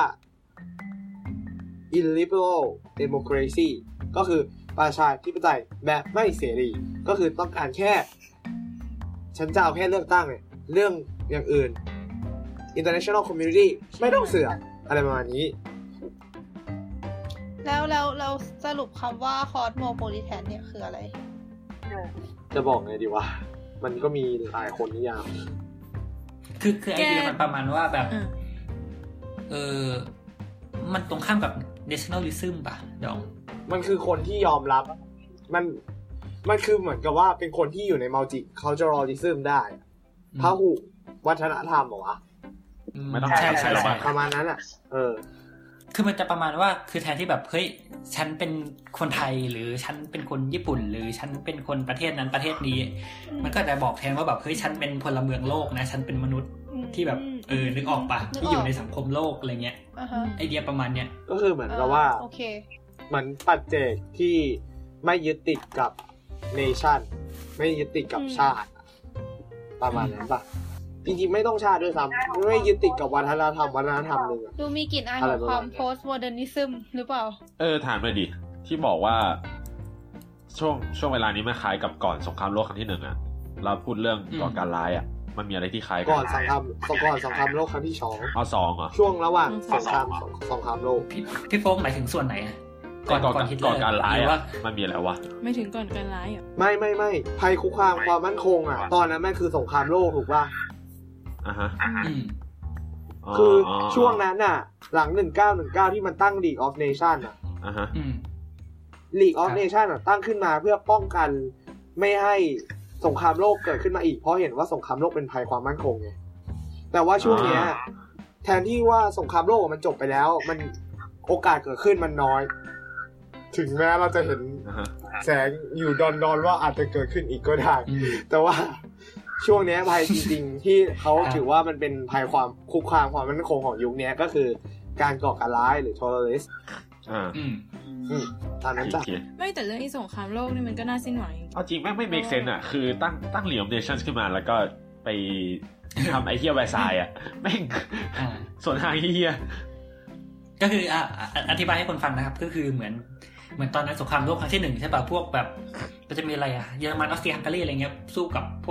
illiberal democracy ก็คือประชาธิปไตยแบบไม่เสรีก็คือต้องการแค่ฉันจะเอาแค่เลือกตั้งเนี่ยเรื่องอย่างอื่น international community ไม่ต้องเสือกอะไรประมาณนี้แล้วสรุปคำว่า cosmopolitan เนี่ยคืออะไรจะบอกไงดีวะมันก็มีหลายคนนิยามคือไอเดียมันประมาณว่าแบบมันตรงข้ามกับ nationalism ป่ะดองมันคือคนที่ยอมรับมันคือเหมือนกับว่าเป็นคนที่อยู่ใน multiculturalism ได้พหุวัฒนธรรมเหรอวะไม่ต้องใช่ประมาณนั้นอ่ะคือมันจะประมาณว่าคือแทนที่แบบเฮ้ยฉันเป็นคนไทยหรือฉันเป็นคนญี่ปุ่นหรือฉันเป็นคนประเทศนั้นประเทศนี้มันก็จะบอกแทนว่าแบบเฮ้ยฉันเป็นพลเมืองโลกนะฉันเป็นมนุษย์ที่แบบนึกออกปะที่อยู่ในสังคมโลกอะไรเงี้ยไอเดียประมาณเนี้ยก็คือเหมือนกับว่าเหมือนปัจเจกที่ไม่ยึดติดกับเนชั่นไม่ยึดติดกับชาติประมาณนั้นปะจริงๆไม่ต้องชาติด้วยซ้ำไม่ยึดติดกับวัฒนธรรมนึงดูมีกลิ่นอายของความ postmodernism หรือเปล่าถามเลยดิที่บอกว่าช่วงเวลานี้มันคล้ายกับก่อนสงครามโลกครั้งที่1อ่ะเราพูดเรื่องก่อการร้ายอ่ะมันมีอะไรที่คล้ายกันก่อนสงครามโลกครั้งที่2 เอา2เหรอช่วงระหว่างสงครามโลกพี่โฟกหมายถึงส่วนไหนก่อนฮิตเลอร์การร้ายอ่ะมันมีอะไรวะไม่ถึงก่อนการร้ายอ่ะไม่ภัยคุกคามความมั่นคงอ่ะตอนนั้นมันคือสงครามโลกถูกป่ะคือช่วงนั้นน่ะหลัง1919ที่มันตั้ง League of Nations อ่ะLeague of Nations อ่ะตั้งขึ้นมาเพื่อป้องกันไม่ให้สงครามโลกเกิดขึ้นมาอีกเพราะเห็นว่าสงครามโลกเป็นภัยความมั่นคงไงแต่ว่าช่วงเนี้ยแทนที่ว่าสงครามโลกมันจบไปแล้วมันโอกาสเกิดขึ้นมันน้อยถึงแม้เราจะเห็นแสงอยู่ดอนๆว่าอาจจะเกิดขึ้นอีกก็ได้แต่ว่าช่วงนี้ภัยจริงๆที่เขาถือว่ามันเป็นภัยความคุกคามความมั่นคงของยุคนี้ก็คือการก่อการร้ายหรือ terrorist ตามนั้นจ้ะไม่แต่เรื่องสงครามโลกนี่มันก็น่าสิ้นหวังเอาจริงไม่ make sense อ่ะคือตั้ง League of Nations ขึ้นมาแล้วก็ไปทำไอ้เหี้ยแวร์ซายอ่ะแม่งส่วนทางเหี้ยก็คืออธิบายให้คนฟังนะครับก็คือเหมือนตอนนั้นสงครามโลกครั้งที่1ใช่ป่ะพวกแบบมันจะมีอะไรเยอรมันออสเตรียฮังการีอะไรเงี้ยสู้กับพวก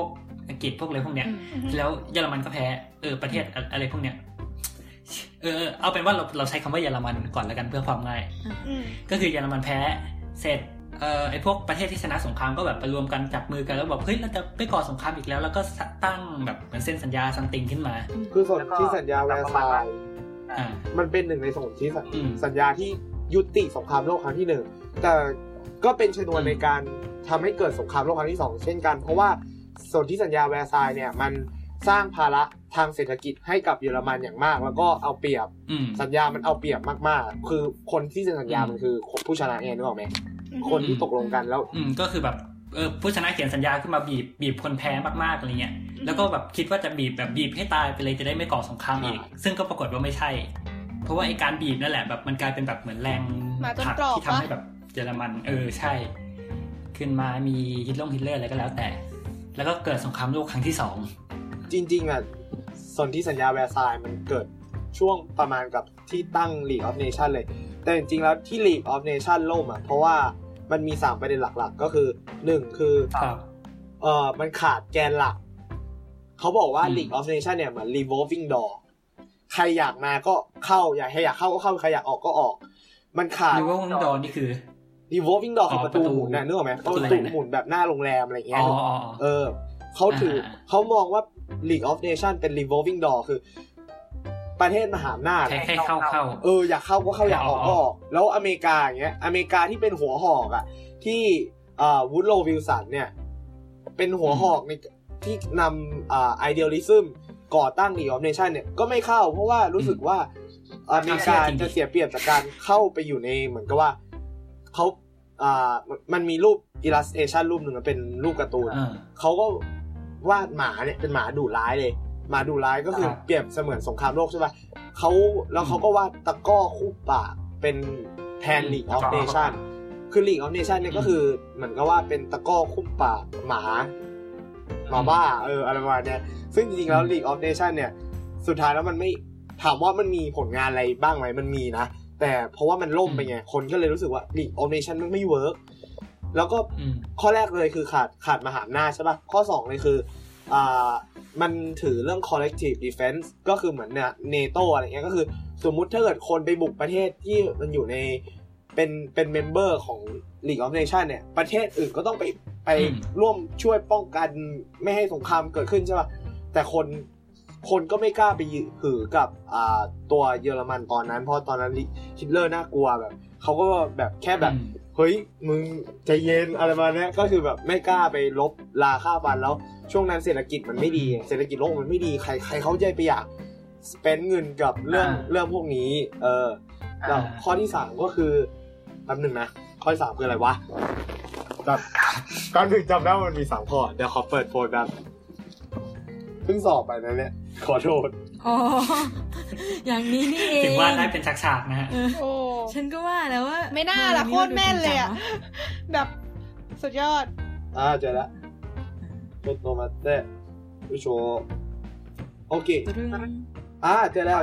อังกฤษพวกอะไรพวกเนี้ยแล้วเยอรมันก็แพ้ประเทศอะไรพวกเนี้ยเอาเป็นว่าเราใช้คำว่าเยอรมันก่อนแล้วกันเพื่อความง่ายก็คือเยอรมันแพ้เสร็จไอ้พวกประเทศที่ชนะสงครามก็แบบไปรวมกันจับมือกันแล้วบอกเฮ้ยเราจะไปก่อสงครามอีกแล้วแล้วก็ตั้งแบบเหมือนเซ็นสัญญาซัมติงขึ้นมาคือสนธิสัญญาแวร์ซายน์มันเป็นหนึ่งในสนธิสัญญาที่ยุติสงครามโลกครั้งที่1แต่ก็เป็นชนวนในการทำให้เกิดสงครามโลกครั้งที่2เช่นกันเพราะว่าสนธิสัญญาแวร์ซายน์เนี่ยมันสร้างภาระทางเศรษฐกิจให้กับเยอรมันอย่างมากแล้วก็เอาเปรียบสัญญามันเอาเปรียบมากๆคือคนที่เซ็นสัญญามันคือผู้ชนะไงนึกออกไหมคนที่ตกลงกันแล้วก็คือแบบผู้ชนะเขียนสัญญาขึ้นมาบีบคนแพ้มากๆอะไรเงี้ยแล้วก็แบบคิดว่าจะบีบให้ตายไปเลยจะได้ไม่ก่อสงครามอีกซึ่งก็ปรากฏว่าไม่ใช่เพราะว่าไอ้การบีบนั่นแหละแบบมันกลายเป็นแบบเหมือนแรงผลักที่ทำให้แบบเยอรมันใช่ขึ้นมามีฮิตเลอร์อะไรก็แล้วแต่แล้วก็เกิดสงครามโลกครั้งที่2 จริงๆอ่ะสนธิสัญญาแวร์ซายน์มันเกิดช่วงประมาณกับที่ตั้ง League of Nations เลยแต่จริงๆแล้วที่ League of Nations ล่มอ่ะเพราะว่ามันมี3ประเด็นหลักๆก็คือ1คือมันขาดแกนหลักเขาบอกว่า League of Nations เนี่ยเหมือน revolving door ใครอยากมาก็เข้าอยากเข้าก็เข้าใครอยากออกก็ออกมันขาด revolving door นี่คือ revolving door คือประตูหมุนนะนึกออกมั้ยประตูหมุนแบบหน้าโรงแรมอะไรอย่างเงี้ยเขามองว่า League of Nations เป็น revolving door คือประเทศมหาอำนาจแค่เข้าอยากเข้าก็เข้าอยากออกก็ออกแล้วอเมริกาอย่างเงี้ยอเมริกาที่เป็นหัวหอกอ่ะที่วูดโรวิลสันเนี่ยเป็นหัวหอกในที่นำidealism ก่อตั้ง League of Nations เนี่ยก็ไม่เข้าเพราะว่ารู้สึกว่าอเมริกาจะเสียเปรียบจากการเข้าไปอยู่ในเหมือนกับว่าเขามันมีรูป illustration รูปหนึ่งเป็นรูปการ์ตูนเขาก็วาดหมาเนี่ยเป็นหมาดุร้ายเลยหมาดุร้ายก็คือเปรียบเสมือนสงครามโลกใช่ป่ะเขาก็วาดตะก้อคู่ปากเป็นแทน League of Nations คือ League of Nations เนี่ยก็คือเหมือนกับว่าเป็นตะก้อคู่ปากหมาบ้าอะไรประมาณนี้ซึ่งจริงๆแล้ว League of Nations เนี่ยสุดท้ายแล้วมันไม่ถามว่ามันมีผลงานอะไรบ้างไหมมันมีนะแต่เพราะว่ามันล่มไปไงคนก็เลยรู้สึกว่า League of Nations มันไม่เวิร์กแล้วก็ข้อแรกเลยคือขาดมหาอำนาจใช่ป่ะข้อ2เลยคือมันถือเรื่อง collective defense ก็คือเหมือนเนี่ย NATO อะไรเงี้ยก็คือสมมุติถ้าเกิดคนไปบุกประเทศที่มันอยู่ในเป็นเมมเบอร์ของ League of Nations เนี่ยประเทศอื่นก็ต้องไปร่วมช่วยป้องกันไม่ให้สงครามเกิดขึ้นใช่ป่ะแต่คนก็ไม่กล้าไปหือกับตัวเยอรมันตอนนั้นเพราะตอนนั้นฮิตเลอร์น่ากลัวแบบเขาก็แบบแค่แบบเฮ้ยมึงใจเย็นอะไรมาเนี้ยก็คือแบบไม่กล้าไปลบลาค่าฟันแล้วช่วงนั้นเศรษฐกิจมันไม่ดีเศรษฐกิจโลกมันไม่ดีใครเขาจะไปอยากสเปนเงินกับเรื่องพวกนี้แล้วข้อที่3ก็คือแป๊บนึงนะข้อที่3คืออะไรวะตอนนึงจำได้ว่ามันมี3ข้อเดี๋ยวขอเปิดโพสต์แบบเพิ่งสอบไปนะเนี่ยขอโทษอย่างนี้นี่เองถึงว่าได้เป็นฉากๆนะฮะฉันก็ว่าแล้วว่าไม่น่าล่ะโคตรแม่นเลยอ่ะแบบสุดยอดเจอแล้วちょっと待ってよいしょโอเคเจอแล้ว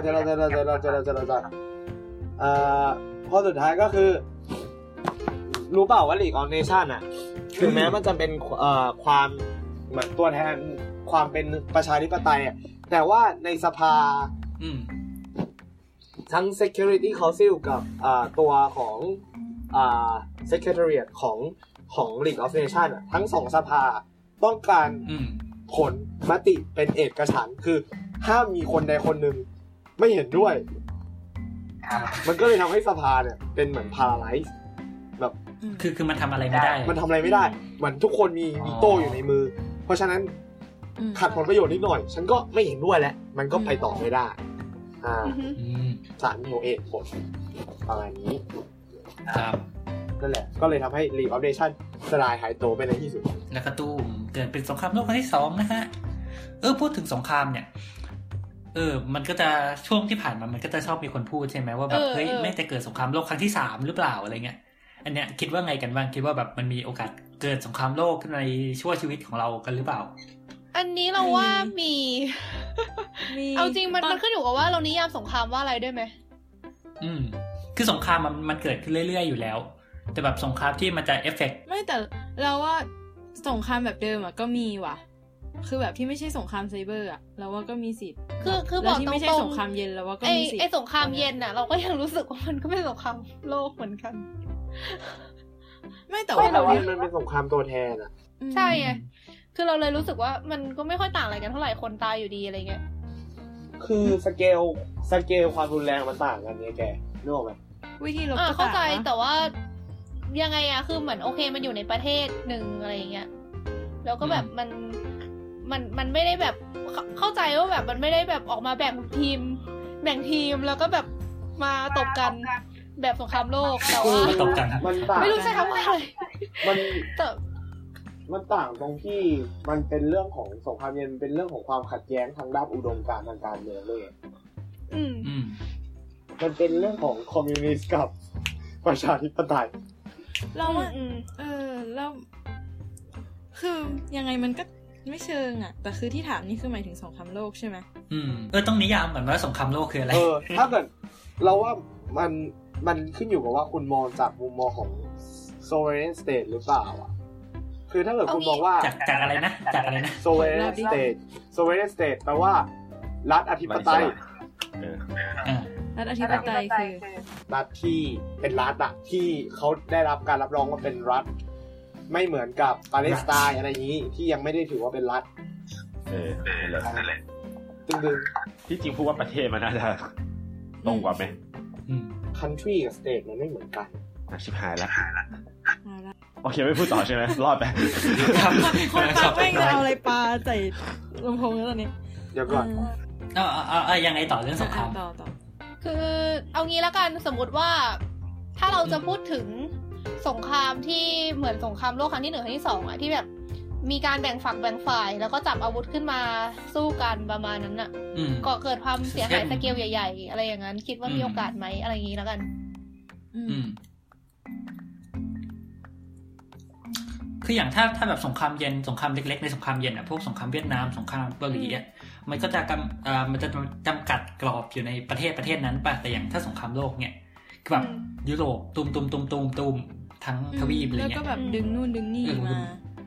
ข้อสุดท้ายก็คือรู้เปล่าว่า League of Nations อ่ะถึงแม้มันจะเป็นความเหมือนตัวแทนความเป็นประชาธิปไตยอ่ะแต่ว่าในสภาทั้ง Security Council กับตัวของSecretariat ของ League of Nations อ่ะทั้ง2สภาต้องการผลมติเป็นเอกฉันท์คือห้ามมีคนใดคนหนึ่งไม่เห็นด้วยมันก็เลยทำให้สภาเนี่ยเป็นเหมือน paralyze แบบคือมันทำอะไรไม่ได้มันทำอะไรไม่ได้เหมือนทุกคนมีวีโต้อยู่ในมือเพราะฉะนั้นขัดผลประโยชน์นิดหน่อยฉันก็ไม่เห็นด้วยแล้วมันก็ไปต่อไม่ได้ศาลโนเอะผลประมาณนี้ครับนั่นแหละก็เลยทำให้ League of Nations สลายหายตัวไปในที่สุดแล้วก็ตู้เกิดเป็นสงครามโลกครั้งที่2นะฮะพูดถึงสงครามเนี่ยมันก็จะช่วงที่ผ่านมามันก็จะชอบมีคนพูดใช่ไหมว่าแบบเฮ้ยไม่จะเกิดสงครามโลกครั้งที่3หรือเปล่าอะไรเงี้ยอันเนี้ยคิดว่าไงกันบ้างคิดว่าแบบมันมีโอกาสเกิดสงครามโลกในชั่วชีวิตของเรากันหรือเปล่าอันนี้เราว่ามีเอาจริงมันขึ้นอยู่กับว่าเรานิยามสงครามว่าอะไรด้วยไหมคือสงครามมันเกิดขึ้นเรื่อยๆอยู่แล้วแต่แบบสงครามที่มันจะเอฟเฟคไม่แต่เราว่าสงครามแบบเดิมก็มีว่ะคือแบบที่ไม่ใช่สงครามไซเบอร์อะเราว่าก็มีสิทธิ์คือบอกตรงๆที่ไม่ใช่สงครามเย็นเราว่าก็มีสิทธิ์ไอ้สงครามเย็นน่ะเราก็ยังรู้สึกว่ามันก็เป็นสงครามโลกเหมือนกันไม่แต่ว่ามันเป็นสงครามตัวแทนอ่ะใช่ไงคือเราเลยรู้สึกว่ามันก็ไม่ค่อยต่างอะไรกันเท่าไหร่คนตายอยู่ดีอะไรเงี้ยคือสเกลความรุนแรงมันต่างกันเนี่ยแกนึกออกไหมวิธีลบก็เข้าใจแต่ว่ายังไงอะคือเหมือนโอเคมันอยู่ในประเทศหนึ่งอะไรอย่างเงี้ยแล้วก็แบบมันไม่ได้แบบเข้าใจว่าแบบมันไม่ได้แบบออกมาแบ่งทีมแล้วก็แบบมาตบกันแบบสงครามโลกแต่ว่าตบกันไม่รู้ใช่คำว่าอะไรมันต่างตรงที่มันเป็นเรื่องของสงครามเย็นเป็นเรื่องของความขัดแย้งทางด้านอุดมการณ์ทางการเมืองเลยมันเป็นเรื่องของคอมมิวนิสต์กับประชาธิปไตยเราว่าแล้วคือยังไงมันก็ไม่เชิงอ่ะแต่คือที่ถามนี่คือหมายถึงสงครามโลกใช่ไหมต้องนิยามเหมือนว่าสงครามโลกคืออะไรถ้าเกิดเราว่ามันขึ้นอยู่กับว่าคุณมองจากมุมมองของ sovereign state หรือเปล่าอ่ะคือถ้าเกิดคุณมองว่าจากอะไรนะ sovereign state แปลว่ารัฐอธิปไตยรัฐอธิปไตยคือรัฐที่เป็นรัฐอะที่เขาได้รับการรับรองว่าเป็นรัฐไม่เหมือนกับปาเลสไตน์อะไรอย่างนี้ที่ยังไม่ได้ถือว่าเป็นรัฐนั่นแหละดึงที่จริงพูดว่าประเทศมันน่าจะตรงกว่าไหม country กับ state มันไม่เหมือนกันชิบหายแล้วโอเคไม่พูดต่อใช่ไหมรอดไปคนฟังไม่เอาอะไรปลาใส่ลำโพงแล้วตอนนี้เดี๋ยวก่อนยังไงต่อเรื่องสงครามต่อคือเอางี้แล้วกันสมมติว่าถ้าเราจะพูดถึงสงครามที่เหมือนสงครามโลกครั้งที่1ครั้งที่2อ่ะที่แบบมีการแบ่งฝักแบ่งฝ่ายแล้วก็จับอาวุธขึ้นมาสู้กันประมาณนั้นน่ะก็เกิดความเสียหายสเกลใหญ่ๆอะไรอย่างนั้นคิดว่ามีโอกาสไหมอะไรอย่างนี้แล้วกันคืออย่างถ้าแบบสงครามเย็นสงครามเล็กๆในสงครามเย็นอ่ะพวกสงครามเวียดนามสงครามเกาหลีอ่ะมันก็จะมันจะจำกัดกรอบอยู่ในประเทศนั้นป่ะแต่อย่างถ้าสงครามโลกเนี่ยคือแบบยุโรปตุมทั้งทวีปอะไรเงี้ยแล้วก็แบบดึงนู่นดึงนี่มา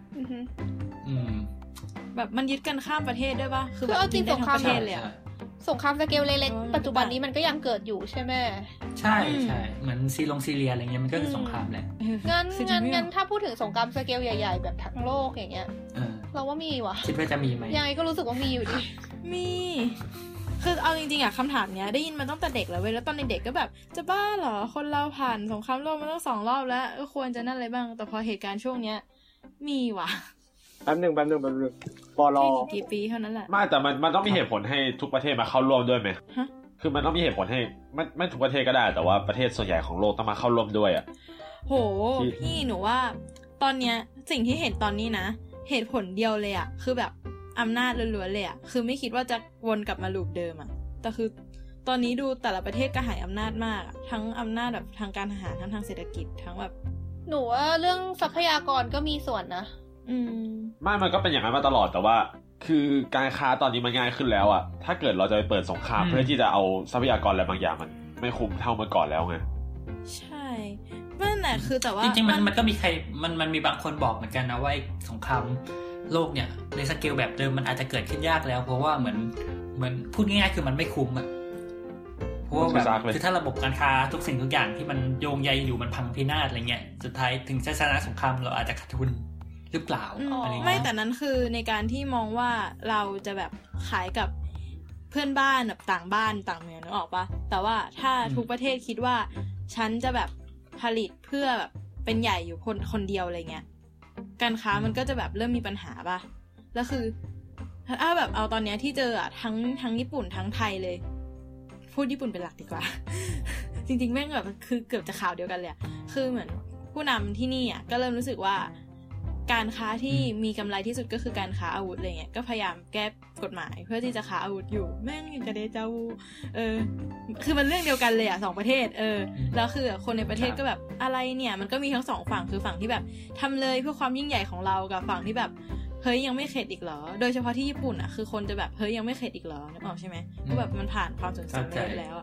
แบบมันยึดกันข้ามประเทศด้วยป่ะคือแบบจริงสงครามประเทศเลยสงครามสเกลเล็กๆปัจจุบันนี้มันก็ยังเกิดอยู่ใช่ไหมใช่เหมือนซีเรียอะไรเงี้ยมันก็คือสงครามแหละงั้นถ้าพูดถึงสงครามสเกลใหญ่ๆแบบทั้งโลกอย่างเงี้ยเราว่ามีว่ะคิดว่าจะมีไหมยังไงก็รู้สึกว่ามีอยู่ดิมีคือเอาจริงๆอะคำถามเนี้ยได้ยินมาตั้งแต่เด็กแล้วเว้ยแล้วตอนเด็กๆก็แบบจะบ้าเหรอคนเราผ่านสงครามโลกมาตั้ง2 รอบแล้วก็ควรจะนั่นอะไรบ้างแต่พอเหตุการณ์ช่วงเนี้ยมีว่ะแป๊บนึงปลอกี่ปีเท่านั้นแหละไม่แต่มันต้องมีเหตุผลให้ทุกประเทศมาเข้าร่วมด้วยไหมคือมันต้องมีเหตุผลให้ไม่ทุกประเทศก็ได้แต่ว่าประเทศส่วนใหญ่ของโลกต้องมาเข้าร่วมด้วยอ่ะโหพี่หนูว่าตอนเนี้ยสิ่งที่เห็นตอนนี้นะเหตุผลเดียวเลยอ่ะคือแบบอำนาจล้วนๆเลยอ่ะคือไม่คิดว่าจะวนกลับมาลูปเดิมอ่ะแต่คือตอนนี้ดูแต่ละประเทศกระหายอำนาจมากทั้งอำนาจแบบทางการทหารทั้งทางเศรษฐกิจทั้งแบบหนูว่าเรื่องทรัพยากรก็มีส่วนนะมันก็เป็นอย่างนั้นมาตลอดแต่ว่าคือการค้าตอนนี้มันง่ายขึ้นแล้วอ่ะถ้าเกิดเราจะไปเปิดสงครามเพื่อที่จะเอาทรัพยากรอะไรบางอย่างมันไม่คุ้มเท่าเมื่อก่อนแล้วไงใช่นั่นแหละคือแต่ว่าจริงๆมันก็มีใครมันมีบางคนบอกเหมือนกันนะว่าสงครามโลกเนี่ยในสเกลแบบเดิมมันอาจจะเกิดขึ้นยากแล้วเพราะว่าเหมือนพูดง่ายๆคือมันไม่คุ้มอ่ะเพราะว่าแบบคือถ้าระบบการค้าทุกสิ่งทุกอย่างที่มันโยงใยอยู่มันพังพินาศอะไรเงี้ยสุดท้ายถึงจะชนะสงครามเราอาจจะขาดทุนหรือเปล่าอะไรไม่แต่นั้นคือในการที่มองว่าเราจะแบบขายกับเพื่อนบ้านแบบต่างบ้านต่างเมืองนึกออกปะแต่ว่าถ้าทุกประเทศคิดว่าฉันจะแบบผลิตเพื่อแบบเป็นใหญ่อยู่คนเดียวอะไรเงี้ยการค้ามันก็จะแบบเริ่มมีปัญหาปะแล้วคือถ้าแบบเอาตอนเนี้ยที่เจออะทั้งญี่ปุ่นทั้งไทยเลยพูดญี่ปุ่นเป็นหลักดีกว่า จริงๆแม่งแบบคือเกือบจะข่าวเดียวกันเลยคือเหมือนผู้นำที่นี่อะก็เริ่มรู้สึกว่าการค้าที่มีกำไรที่สุดก็คือการค้าอาวุธอะไรเงี้ยก็พยายามแก้กฎหมายเพื่อที่จะค้าอาวุธอยู่แม่งยังจะเดจาวูคือมันเรื่องเดียวกันเลย2ประเทศแล้วคือคนในประเทศก็แบบอะไรเนี่ยมันก็มีทั้ง2ฝั่งคือฝั่งที่แบบทำเลยเพื่อความยิ่งใหญ่ของเรากับฝั่งที่แบบเฮ้ยยังไม่เข็ดอีกเหรอโดยเฉพาะที่ญี่ปุ่นอ่ะคือคนจะแบบเฮ้ยยังไม่เข็ดอีกเหรอนึกออกใช่ไหมก็แบบมันผ่านความสูญเสียไปแล้ว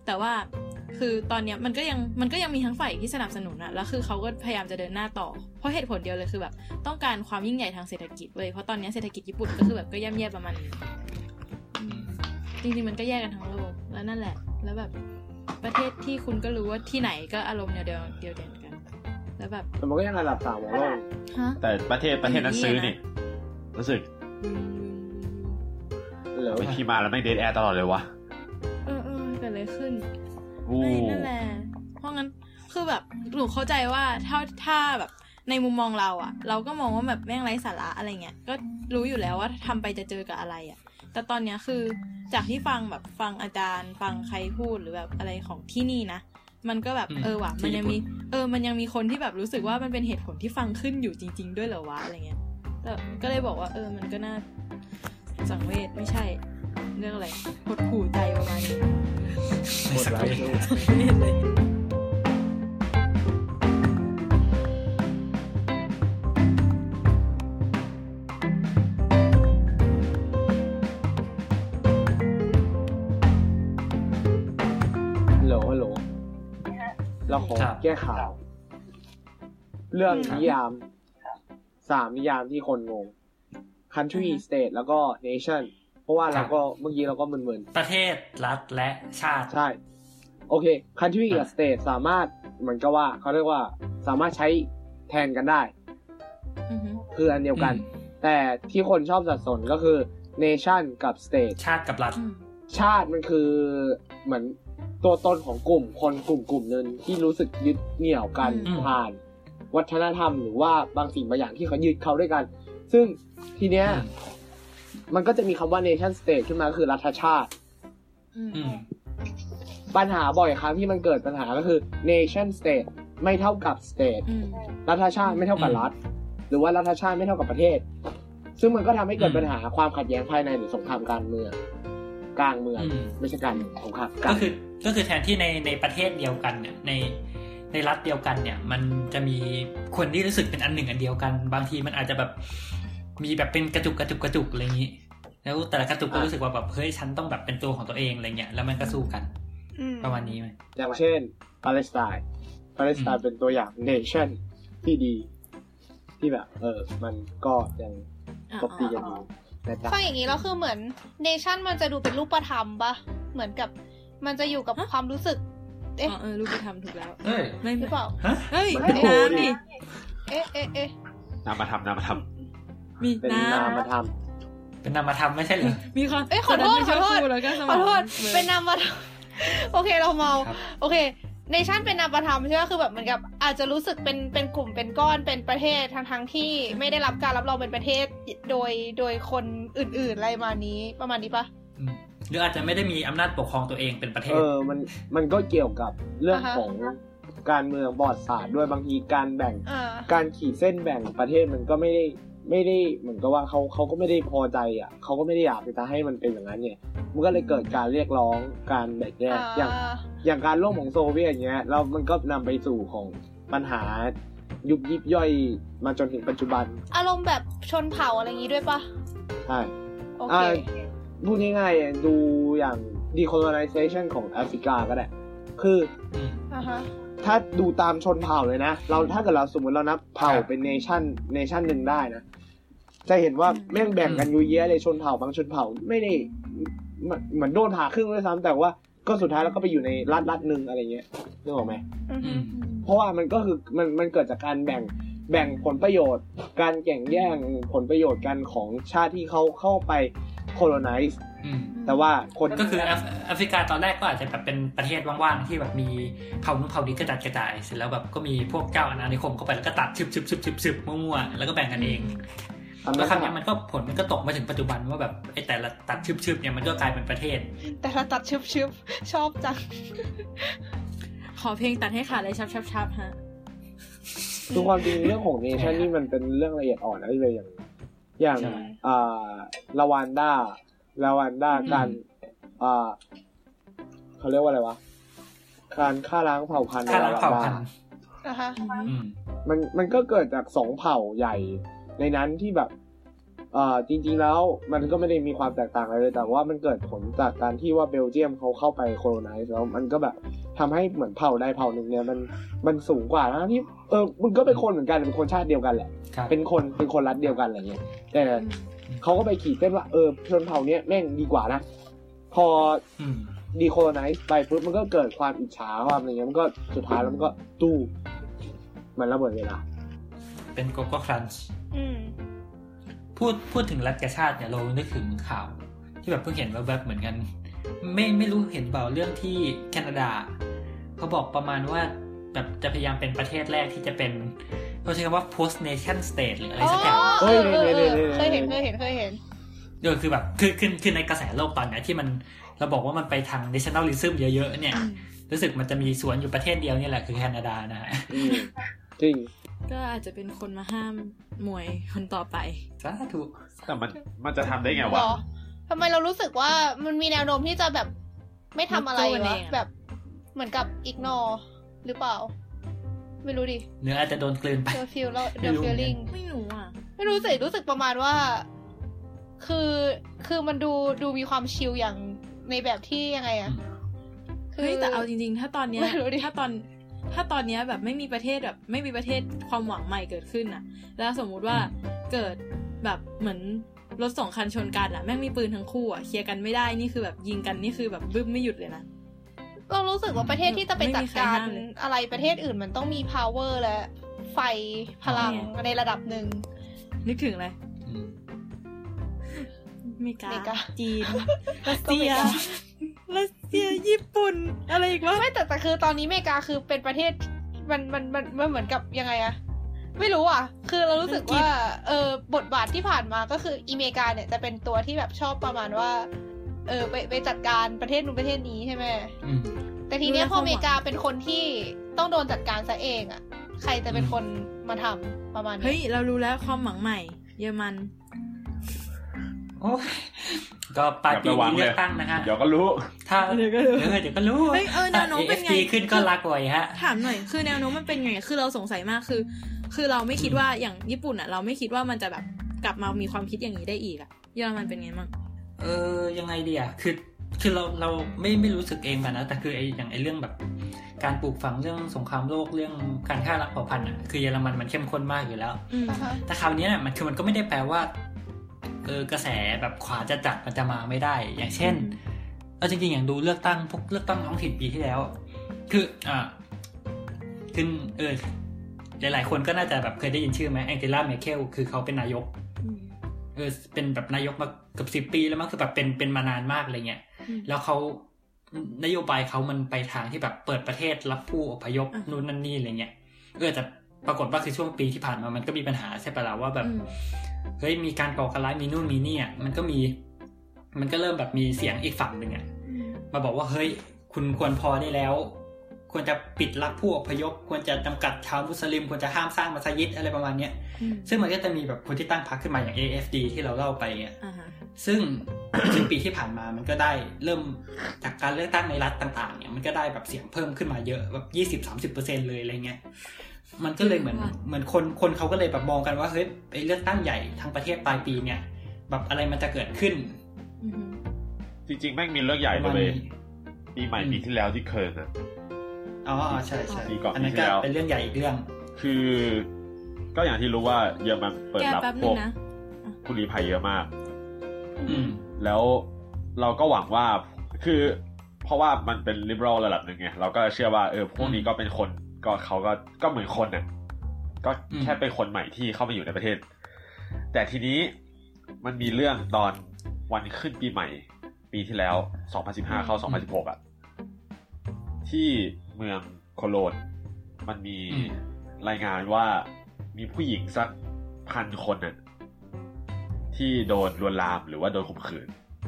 แต่ว่าคือตอนเนี้ยมันก็ยังมีทั้งฝ่ายที่สนับสนุนอะแล้วคือเขาก็พยายามจะเดินหน้าต่อเพราะเหตุผลเดียวเลยคือแบบต้องการความยิ่งใหญ่ทางเศรษฐกิจเว้ยเพราะตอนนี้เศรษฐกิจญี่ปุ่นก็คือแบบก็ย่ำแย่ประมาณนึงจริงๆมันก็แย่กันทั้งโลกแล้วนั่นแหละแล้วแบบประเทศที่คุณก็รู้ว่าที่ไหนก็อารมณ์เดียวกันแล้วแบบแต่มันก็ยังระดับ3ของโลกแต่ประเทศนั้นซื้อนี่รู้สึกไม่ที่มาแล้วแม่งเดทแอร์ตลอดเลยวะเกิดอะไรขึ้นนั่นแหละเพราะงั้นคือแบบหนูเข้าใจว่าถ้าแบบในมุมมองเราอะเราก็มองว่าแบบแม่งไร้สาระอะไรเงี้ยก็รู้อยู่แล้วว่าทำไปจะเจอกับอะไรอะแต่ตอนเนี้ยคือจากที่ฟังอาจารย์ฟังใครพูดหรือแบบอะไรของที่นี่นะมันก็แบบว่ะมันยังมีคนที่แบบรู้สึกว่ามันเป็นเหตุผลที่ฟังขึ้นอยู่จริงๆด้วยเหรอวะอะไรเงี้ยแต่ก็เลยบอกว่ามันก็น่าสังเวชไม่ใช่เรื่องอะไรหดหู่ใจประมาณนี้สังเวชเลยเราขอแก้ข่าวเรื่องนิยาม3นิยามที่คนงง country state แล้วก็ nation เพราะว่าเราก็เมื่อกี้เราก็มึนๆประเทศรัฐและชาติใช่โอเค country กับ state สามารถเหมือนกับว่าเขาเรียกว่าสามารถใช้แทนกันได้คืออันเดียวกันแต่ที่คนชอบสับสนก็คือ nation กับ state ชาติกับรัฐชาติมันคือเหมือนตัวตนของกลุ่มคนกลุ่มนึงที่รู้สึกยึดเหนี่ยวกันผ่านวัฒนธรรมหรือว่าบางสิ่งบางอย่างที่เขายึดเขาด้วยกันซึ่งทีเนี้ยมันก็จะมีคำว่า nation state ขึ้นมาคือรัฐชาติปัญหาบ่อยครั้งที่มันเกิดปัญหาก็คือ nation state ไม่เท่ากับ state รัฐชาติไม่เท่ากับรัฐหรือว่ารัฐชาติไม่เท่ากับประเทศซึ่งมันก็ทำให้เกิดปัญหาความขัดแย้งภายในหรือสงครามการเมืองกลางเมืองไม่ใช่การสงครามก็คือแทนที่ในประเทศเดียวกันเนี่ยในรัฐเดียวกันเนี่ยมันจะมีคนที่รู้สึกเป็นอันหนึ่งอันเดียวกันบางทีมันอาจจะแบบมีแบบเป็นกระจุกอะไรอย่างนี้แล้วแต่ละกระจุกก็รู้สึกว่าแบบเฮ้ยฉันต้องแบบเป็นตัวของตัวเองอะไรเงี้ยแล้วมันก็สู้กันประมาณนี้ไหมอย่างเช่นปาเลสไตน์เป็นตัวอย่าง nation ที่ดีที่แบบมันก็ยังตบตีกันอยู่ฟังอย่างนี้แล้วคือเหมือนเนชั่นมันจะดูเป็นรูปธรรมปะเหมือนกับมันจะอยู่กับความรู้สึกรูปธรรมถูกแล้วไม่หรือเปล่าเฮ้ยเป็นน้ำดินามธรรมมีเป็นนามธรรมไม่ใช่เหรอมีความขอโทษเป็นนามธรรมโอเคเราเมาโอเคเนชั่นเป็นนามธรรมใช่ไหมคือแบบเหมือนกับอาจจะรู้สึกเป็นกลุ่มเป็นก้อนเป็นประเทศทั้งที่ไม่ได้รับการรับรองเป็นประเทศโดยคนอื่นๆอะไรประมาณนี้ปะหรืออาจจะไม่ได้มีอำนาจปกครองตัวเองเป็นประเทศมันก็เกี่ยวกับเรื่องของการเมืองประวัติศาสตร์ด้วยบางทีการแบ่งการขีดเส้นแบ่งประเทศมันก็ไม่ได้เหมือนกับว่าเขาก็ไม่ได้พอใจอ่ะเขาก็ไม่ได้อยากจะให้มันเป็นอย่างนั้นเนี่ยมันก็เลยเกิดการเรียกร้องการแบ่งแยกอย่างการล่มของโซเวียตอย่างเงี้ยแล้วมันก็นำไปสู่ของปัญหายุบยิบย่อยมาจนถึงปัจจุบันอารมณ์แบบชนเผ่าอะไรอย่างงี้ด้วยปะใช่โอเคพูดง่ายๆดูอย่าง decolonization ของแอฟริกาก็ได้คือถ้าดูตามชนเผ่าเลยนะเราถ้าเกิดเราสมมติเรานับเผ่าเป็นเนชั่นหนึ่งได้นะจะเห็นว่าแม่งแบ่งกันยุ่ยแย่เลยชนเผ่าบางชนเผ่าไม่ได้เหมือนโดนผ่าครึ่งด้วยซ้ำแต่ว่าก็สุดท้ายแล้วก็ไปอยู่ในรัฐนึงอะไรเงี้ยนึกออกไหมเพราะว่ามันก็คือมันเกิดจากการแบ่งผลประโยชน์การแข่งแย่งผลประโยชน์กันของชาติที่เขาเข้าไป colonize แต่ว่าคนก็คือแอฟริกาตอนแรกก็อาจจะแบบเป็นประเทศว่างๆที่แบบมีเผ่านู้นเผ่านี้กระจัดกระจายเสร็จแล้วแบบก็มีพวกเจ้าอาณานิคมเข้าไปแล้วก็ตัดชึบมั่วๆแล้วก็แบ่งกันเองแล้วครั้งนี้มันก็ผลมันก็ตกมาถึงปัจจุบันว่าแบบไอ้แต่ละตัดชึบเนี่ยมันก็กลายเป็นประเทศแต่ละตัดชึบชอบจังขอเพลงตัดให้ขาดเลยชับฮะทุกความจริงเรื่องของเนชั่นนี่มันเป็นเรื่องละเอียดอ่อนอะไรเลยอย่างลาวันด้าการเขาเรียกว่าอะไรวะการฆ่าล้างเผ่าพันธุ์ลาวามันก็เกิดจาก2เผ่าใหญ่ในนั้นที่แบบจริงๆแล้วมันก็ไม่ได้มีความแตกต่างอะไรเลยแต่ว่ามันเกิดผลจากการที่ว่าเบลเยียมเขาเข้าไปโคโลไนซ์แล้วมันก็แบบทำให้เหมือนเผ่าใดเผ่าหนึ่งเนี่ยมันสูงกว่านะที่มันก็เป็นคนเหมือนกันเป็นคนชาติเดียวกันแหละเป็นคนรัฐเดียวกันอะไรเงี้ยแต่เขาก็ไปขีดเส้นว่าชนเผ่าเนี้ยแม่งดีกว่านะพอดีโคโลไนซ์ไปปุ๊บมันก็เกิดความอิจฉาความอะไรเงี้ยมันก็สุดท้ายแล้วมันก็ตู้มันระเบิดเวลาเป็นโกโก้ครันช์พูดถึงรัฐกชาติเนี่ยเรานึกถึงข่าวที่แบบเพิ่งเห็นแวบๆเหมือนกันไม่รู้เห็นเปล่าเรื่องที่แคนาดาเขาบอกประมาณว่าแบบจะพยายามเป็นประเทศแรกที่จะเป็นเขาใช้คำว่า post nation state หรืออะไรสักอย่างเคยเห็นคือแบบคือในกระแสโลกตอนนี้ที่มันเราบอกว่ามันไปทาง nationalism เยอะๆเนี่ยรู้สึกมันจะมีสวนอยู่ประเทศเดียวนี่แหละคือแคนาดานะฮะจริงก็อาจจะเป็นคนมาห้ามมวยคนต่อไปสาธุแต่มันจะทำได้ไงวะทำไมเรารู้สึกว่ามันมีแนวโน้มที่จะแบบไม่ทำอะไรวะแบบเหมือนกับอิกนอร์หรือเปล่าไม่รู้ดิเนื้ออาจจะโดนกลืนไปเดอะfeeling ไม่รู้อ่ะไม่รู้สิรู้สึกประมาณว่าคือมันดูมีความชิลอย่างในแบบที่ยังไงอะเฮ้ยแต่เอาจริงๆถ้าตอนเนี้ยถ้าตอนนี้แบบไม่มีประเทศแบบไม่มีประเทศความหวังใหม่เกิดขึ้นน่ะแล้วสมมุติว่าเกิดแบบเหมือนรถ2คันชนกันอ่ะแม่งมีปืนทั้งคู่อ่ะเคลียร์กันไม่ได้นี่คือแบบยิงกันนี่คือแบบบึ้มไม่หยุดเลยนะเรารู้สึกว่าประเทศที่จะไปจัดการอะไรประเทศอื่นมันต้องมี power และไฟพลังในระดับหนึ่งนึกถึงอะไรอเมริกาจีนรัสเซียญี่ปุ่นอะไรอีกวะไม่แต่คือตอนนี้อเมริกาคือเป็นประเทศมันเหมือนกับยังไงอะไม่รู้อ่ะคือเรารู้สึกว่าบทบาทที่ผ่านมาก็คืออเมริกาเนี่ยจะเป็นตัวที่แบบชอบประมาณว่าไปจัดการประเทศนู้นประเทศนี้ใช่ไหมแต่ทีเนี้ยพออเมริกาเป็นคนที่ต้องโดนจัดการซะเองอ่ะใครจะเป็นคนมาทำประมาณนี้เฮ้ยเรารู้แล้วความหวังใหม่เยอรมันก็ปลายปีนี้เลือกตั้งนะฮะเดี๋ยวก็รู้ถ้าเดี๋ยวก็รู้เฮ้ยแนวโน้มเป็นไงขึ้นก็รักไว้ฮะถามหน่อยคือแนวโน้มมันเป็นไงคือเราสงสัยมากคือเราไม่คิดว่าอย่างญี่ปุ่นอ่ะเราไม่คิดว่ามันจะแบบกลับมามีความคิดอย่างนี้ได้อีกอ่ะเยอรมันเป็นไงบ้างยังไงดีอ่ะคือเราไม่รู้สึกเองนะแต่คืออย่างเรื่องแบบการปลูกฝังเรื่องสงครามโลกเรื่องการฆ่าล้างเผ่าพันธุ์อ่ะคือเยอรมันมันเข้มข้นมากอยู่แล้วแต่คราวนี้เนี่ยมันก็ไม่ได้แปลว่ากระแสแบบขวาจะจัดมันจะมาไม่ได้อย่างเช่นจริงๆอย่างดูเลือกตั้งพวกเลือกตั้งท้องถิ่นปีที่แล้วคือหลายๆคนก็น่าจะแบบเคยได้ยินชื่อไหมแองเจล่าเมเคลคือเขาเป็นนายกเป็นแบบนายกมาเกือบ10 ปีแล้วมั้งคือแบบเป็นมานานมากอะไรเงี้ยแล้วเขานโยบายเขามันไปทางที่แบบเปิดประเทศรับผู้อพยพนู่นนั่นนี่อะไรเงี้ยแต่ปรากฏว่าคือช่วงปีที่ผ่านมามันก็มีปัญหาใช่ปะล่ะว่าแบบเฮ้ยมีการก่อการร้ายมีนู่นมีนี่อ่ะมันก็เริ่มแบบมีเสียงอีกฝั่งนึงอ่ะมาบอกว่าเฮ้ยคุณควรพอได้แล้วควรจะปิดรับผู้อพยพควรจะจำกัดชาวมุสลิมควรจะห้ามสร้างมัสยิดอะไรประมาณนี้ซึ่งมันก็จะมีแบบคนที่ตั้งพรรคขึ้นมาอย่าง AFD ที่เราเล่าไปเงี้ยซึ่งปีที่ผ่านมามันก็ได้เริ่มจากการเลือกตั้งในรัฐต่างๆเนี่ยมันก็ได้แบบเสียงเพิ่มขึ้นมาเยอะแบบ 20-30% เลยอะไรเงี้ยมันก็เลยเหมือนคนเขาก็เลยแบบมองกันว่าเฮ้ยไปเลือกตั้งใหญ่ทั้งประเทศปลายปีเนี่ยแบบอะไรมันจะเกิดขึ้นจริงๆแม่งมีเรื่องใหญ่เลยปีใหม่ปีที่แล้วที่เคิร์นอ่ะใช่อันนั้นก็เป็นเรื่องใหญ่อีกเรื่องคือก็อย่างที่รู้ว่าเยอรมันเปิดรับพวกผู้ลี้ภัยเยอะมากแล้วเราก็หวังว่าคือเพราะว่ามันเป็น liberal ระดับนึงไงเราก็เชื่อว่าพวกนี้ก็เป็นคนก็เขาก็เหมือนคนน่ะก็แค่เป็นคนใหม่ที่เข้ามาอยู่ในประเทศแต่ทีนี้มันมีเรื่องตอนวันขึ้นปีใหม่ปีที่แล้ว2015เข้า2016อ่ะที่เมืองโคโลนมันมีรายงานว่ามีผู้หญิงสัก1,000 คนน่ะที่โดนลวนลามหรือว่าโดนข่มขืน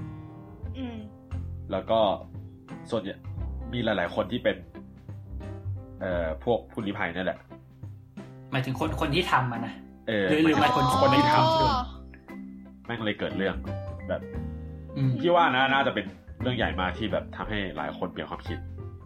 แล้วก็ส่วนใหญ่มีหลายๆคนที่เป็นพวกผู้ลี้ภัยนั่นแหละหมายถึงคนที่ทำมันนะหรือหมายคนที่ทำแม่งเลยเกิดเรื่องแบบพี่ว่าน่าจะเป็นเรื่องใหญ่มากที่แบบทำให้หลายคนเปลี่ยนความคิด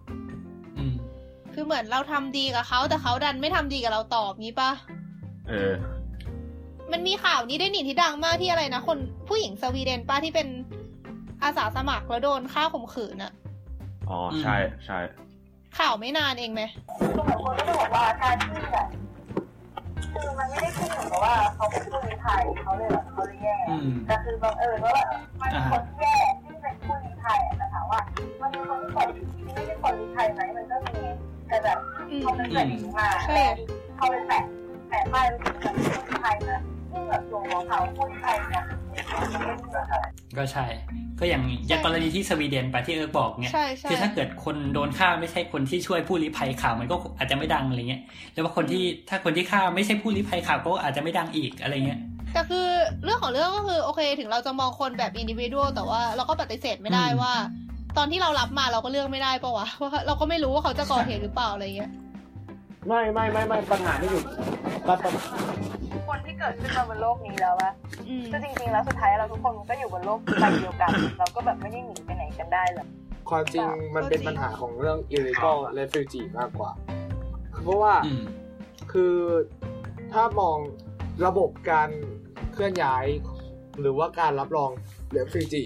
คือเหมือนเราทำดีกับเขาแต่เขาดันไม่ทำดีกับเราตอบงี้ป่ะมันมีข่าวนี้ด้วยนี่ที่ดังมากที่อะไรนะคนผู้หญิงสวีเดนป้าที่เป็นอาสาสมัครแล้วโดนฆ่าข่มขืนอะอ๋อใช่ใช่ข่าวไม่นานเองไหมคือเหมือนคนก็จะบอกว่าการที่แบบคือมันไม่ได้ขึ้นอยู่กับว่าเขาเป็นผู้ลี้ภัยเขาเลยแบบเขาเลยแย่แต่คือบังเอิญว่าแบบมันคนแย่ที่เป็นผู้ลี้ภัยแต่ถามว่ามันมีคนที่ไม่ใช่คนลี้ภัยไหมมันก็มีแต่แบบเขาเป็นแบบนี้มาเขาเป็นแต่ป้ายเป็นแบบผู้ลี้ภัยนะยิ่งแบบตัวของเขาผู้ลี้ภัยเนี่ยก็ใช่ก็อย่างกรณีที่สวีเดนไปที่บอกเนี่ยคือถ้าเกิดคนโดนฆ่าไม่ใช่คนที่ช่วยผู้ลี้ภัยข่าวมันก็อาจจะไม่ดังอะไรเงี้ยแล้วว่าคนที่ฆ่าไม่ใช่ผู้ลี้ภัยข่าวก็อาจจะไม่ดังอีกอะไรเงี้ยแต่คือเรื่องของเรื่องก็คือโอเคถึงเราจะมองคนแบบอินดิวิวแต่ว่าเราก็ปฏิเสธไม่ได้ว่าตอนที่เรารับมาเราก็เลือกไม่ได้ป่ะวะเพราะเราก็ไม่รู้ว่าเขาจะก่อเหตุหรือเปล่าอะไรเงี้ยไม่ปัญหาไม่อยู่คนที่เกิดขึ้นมาบนโลกนี้แล้วอะคือจริงๆแล้วสุดท้ายเราทุกคนก็อยู่บนโลกใบเดียวกันเราก็แบบไม่ได้หนีไปไหนกันได้เลยความจริงมันเป็นปัญหาของเรื่อง illegal refugee มากกว่าเพราะว่าคือถ้ามองระบบการเคลื่อนย้ายหรือว่าการรับรอง refugee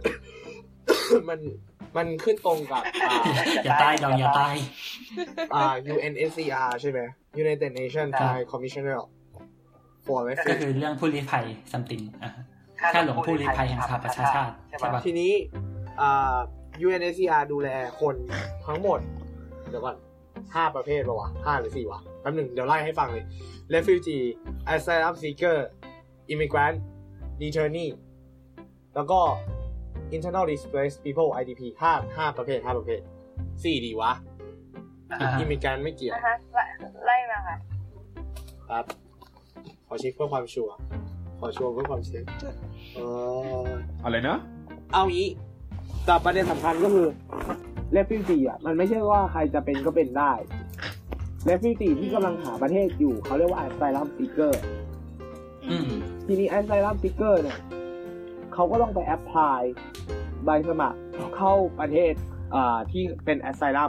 มันขึ้นตรงกับอย่าตายอย่าตาย UNHCR ใช่ไหม United Nations High Commissioner for Refugee ก็คือเรื่องผู้ลี้ภัย something ค่าหลวงผู้ลี้ภัยแห่งสหประชาชาติใช่ป่ะทีนี้UNHCR ดูแลคนทั้งหมดเดี๋ยวก่อน5ประเภทป่ะวะ5หรือ4วะแป๊บนึงเดี๋ยวไล่ให้ฟังเลย Refugee Asylum Seeker Immigrant Deturnee แล้วก็Internal Displaced People IDP 5ประเภท4ดีวะImmigrant ไม่เกี่ยวไล่มาค่ะครับขอเช็คเพื่อความชัวร์เพื่อความเช็คอะไรนะเอางี้แต่ประเด็นสำคัญก็คือ refugee อ่ะมันไม่ใช่ว่าใครจะเป็นก็เป็นได้ refugee ที่กำลังหาประเทศอยู่เขาเรียกว่า asylum seeker ทีนี้ asylum seeker เนี่ยเขาก็ต้องไป apply ใบสมัครเข้าประเทศที่เป็น asylum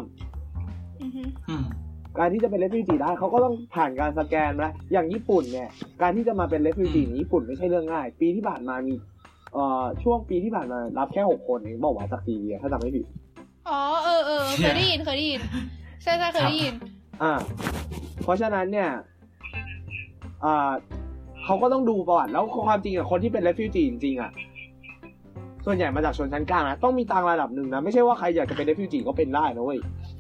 การที่จะเป็น refugee ได้เขาก็ต้องผ่านการสแกนนะอย่างญี่ปุ่นเนี่ยการที่จะมาเป็น refugee ในญี่ปุ่นไม่ใช่เรื่องง่ายปีที่ผ่านมามีช่วงปีที่ผ่านมารับแค่6คนเองบอกว่าจากซีเรียถ้าจำไม่ผิดอ๋อเคยได้ยินใช่เคยได้ยินเพราะฉะนั้นเนี่ยเขาก็ต้องดูประวัติแล้วความจริงคนที่เป็น refugee จริงๆส่วนใหญ่มาจากชนชั้นกลางนะต้องมีตังระดับหนึ่งนะไม่ใช่ว่าใครอยากจะเป็น refugee ก็เป็นได้นะเว้ย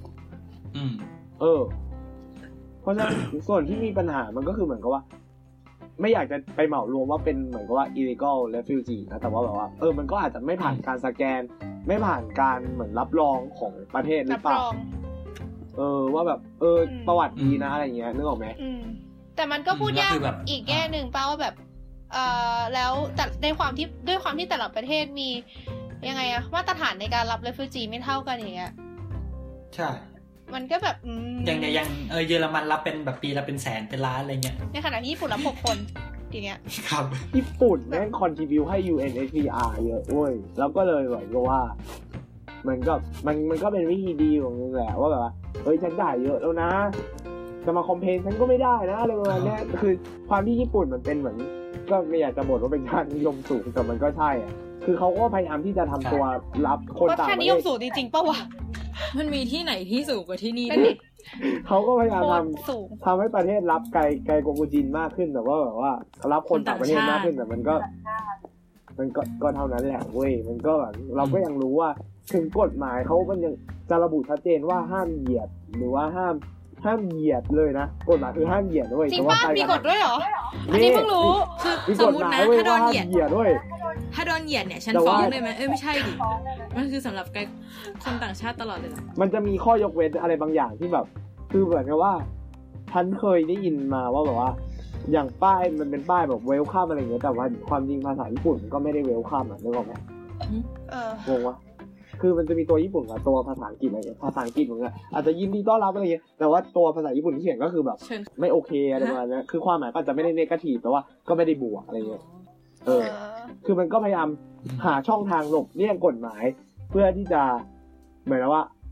เพราะฉะนั้นส่วนที่มีปัญหามันก็คือเหมือนกับว่าไม่อยากจะไปเหมารวมว่าเป็นเหมือนกับว่า illegal refugee นะแต่ว่าแบบว่ามันก็อาจจะไม่ผ่านการสแกนไม่ผ่านการเหมือนรับรองของประเทศหรือเปล่าว่าแบบประวัติดีนะอะไรเงี้ยนึกออกไหมแต่มันก็พูดยากอีกแง่นึงป่ะว่าแบบแล้วแต่ด้วยความที่แต่ละประเทศมียังไงอะมาตรฐานในการรับ refugee ไม่เท่ากันอย่างเงี้ยใช่มันก็แบบอย่างเยอรมันรับเป็นแบบปีละเป็นแสนเป็นล้านอะไรเงี้ยในขณะที่ญี่ปุ่นรับ6คนทีเนี้ยครับญี่ปุ่นแม่งคอนทริบิวให้ UNHCR เยอะเว้ยแล้วก็เลยแบบว่ามันก็เป็นวิธีดีของนึงแหละว่าแบบว่าฉันจ่ายเยอะแล้วนะจะมาคอมเพลนฉันก็ไม่ได้นะอะไรประมาณนี้คือความที่ญี่ปุ่นมันเป็นเหมือนก็ไม่อยากจะบ่นว่าเป็นชาตินิยมสูงแต่มันก็ใช่คือเขาก็พยายามที่จะทำตัวรับคนต่างประเทศชาตินิยมสูงจริงๆป่ะวะมันมีที่ไหนที่สูงกว่าที่นี่เขาก็พยายามทำให้ประเทศรับไกลกว่าจีนมากขึ้นแต่ว่าแบบว่ารับคนต่างประเทศมากขึ้นแต่มันก็เท่านั้นแหละเว้ยมันก็แบบเราก็ยังรู้ว่าถึงกฎหมายเขามันยังจะระบุชัดเจนว่าห้ามเหยียดหรือว่าห้ามเหยียดเลยนะกฎหมายคือห้ามเหยียดด้วยแต่ว่ามีกฎด้วยเหรออันนี้เพิ่งรู้คือสมมตินะถ้าโดนเหยียดด้วยถ้าโดนเหยียดเนี่ยฉันฟ้องได้ไหมไม่ใช่ดิมันคือสำหรับคนต่างชาติตลอดเลยมันจะมีข้อยกเว้นอะไรบางอย่างที่แบบคือเหมือนกับว่าฉันเคยได้ยินมาว่าแบบว่าอย่างป้ายมันเป็นป้ายแบบเวลคัมอะไรอย่างเงี้ยแต่ว่าความจริงภาษาญี่ปุ่นก็ไม่ได้เวลคัมนึกออกไหมงงวะคือมันจะมีตัวญี่ปุ่นกับตัวภาษาอังกฤษอะไรภาษาอังกฤษเหมือนกันอาจจะยินดีต้อนรับอะไรอย่างเงี้ยแต่ว่าตัวภาษาญี่ปุ่นที่เขียนก็คือแบบไม่โอเคอะไรประมาณนี้คือความหมายก็จะไม่ได้เนกาทีฟแต่ว่าก็ไม่ได้บวกอะไรเงี้ยคือมันก็พยายามหาช่องทางหลบเลี่ยงกฎหมายเพื่อที่จะเหมือนว่า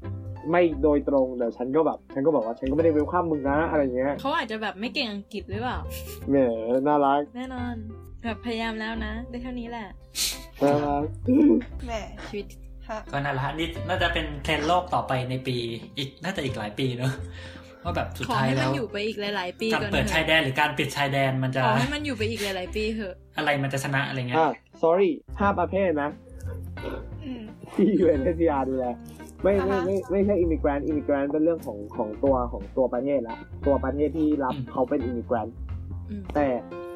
ไม่โดยตรงแต่ฉันก็บอกว่าฉันก็ไม่ได้เวลคัมมึงนะอะไรเงี้ยเขาอาจจะแบบไม่เก่งอังกฤษหรือเปล่าแหมน่ารักแน่นอนแบบพยายามแล้วนะได้เท่านี้แหละน่ารักแหมชีวิตก็นั่นแหละนี่น่าจะเป็นเทรนด์โลกต่อไปในปีอีกน่าจะอีกหลายปีเนอะว่าแบบสุดท้ายแล้วขอให้มันอยู่ไปอีกหลายๆปีก่อนการเปิดชายแดนหรือการปิดชายแดนมันจะขอให้มันอยู่ไปอีกหลายๆปีเถอะอะไรมันจะชนะอะไรเงี้ย sorry 5 ประเภทนะที่ UNHCR ดูแลไม่ใช่ immigrant เป็นเรื่องของตัวประเทศละตัวประเทศที่รับเขาเป็น immigrant แต่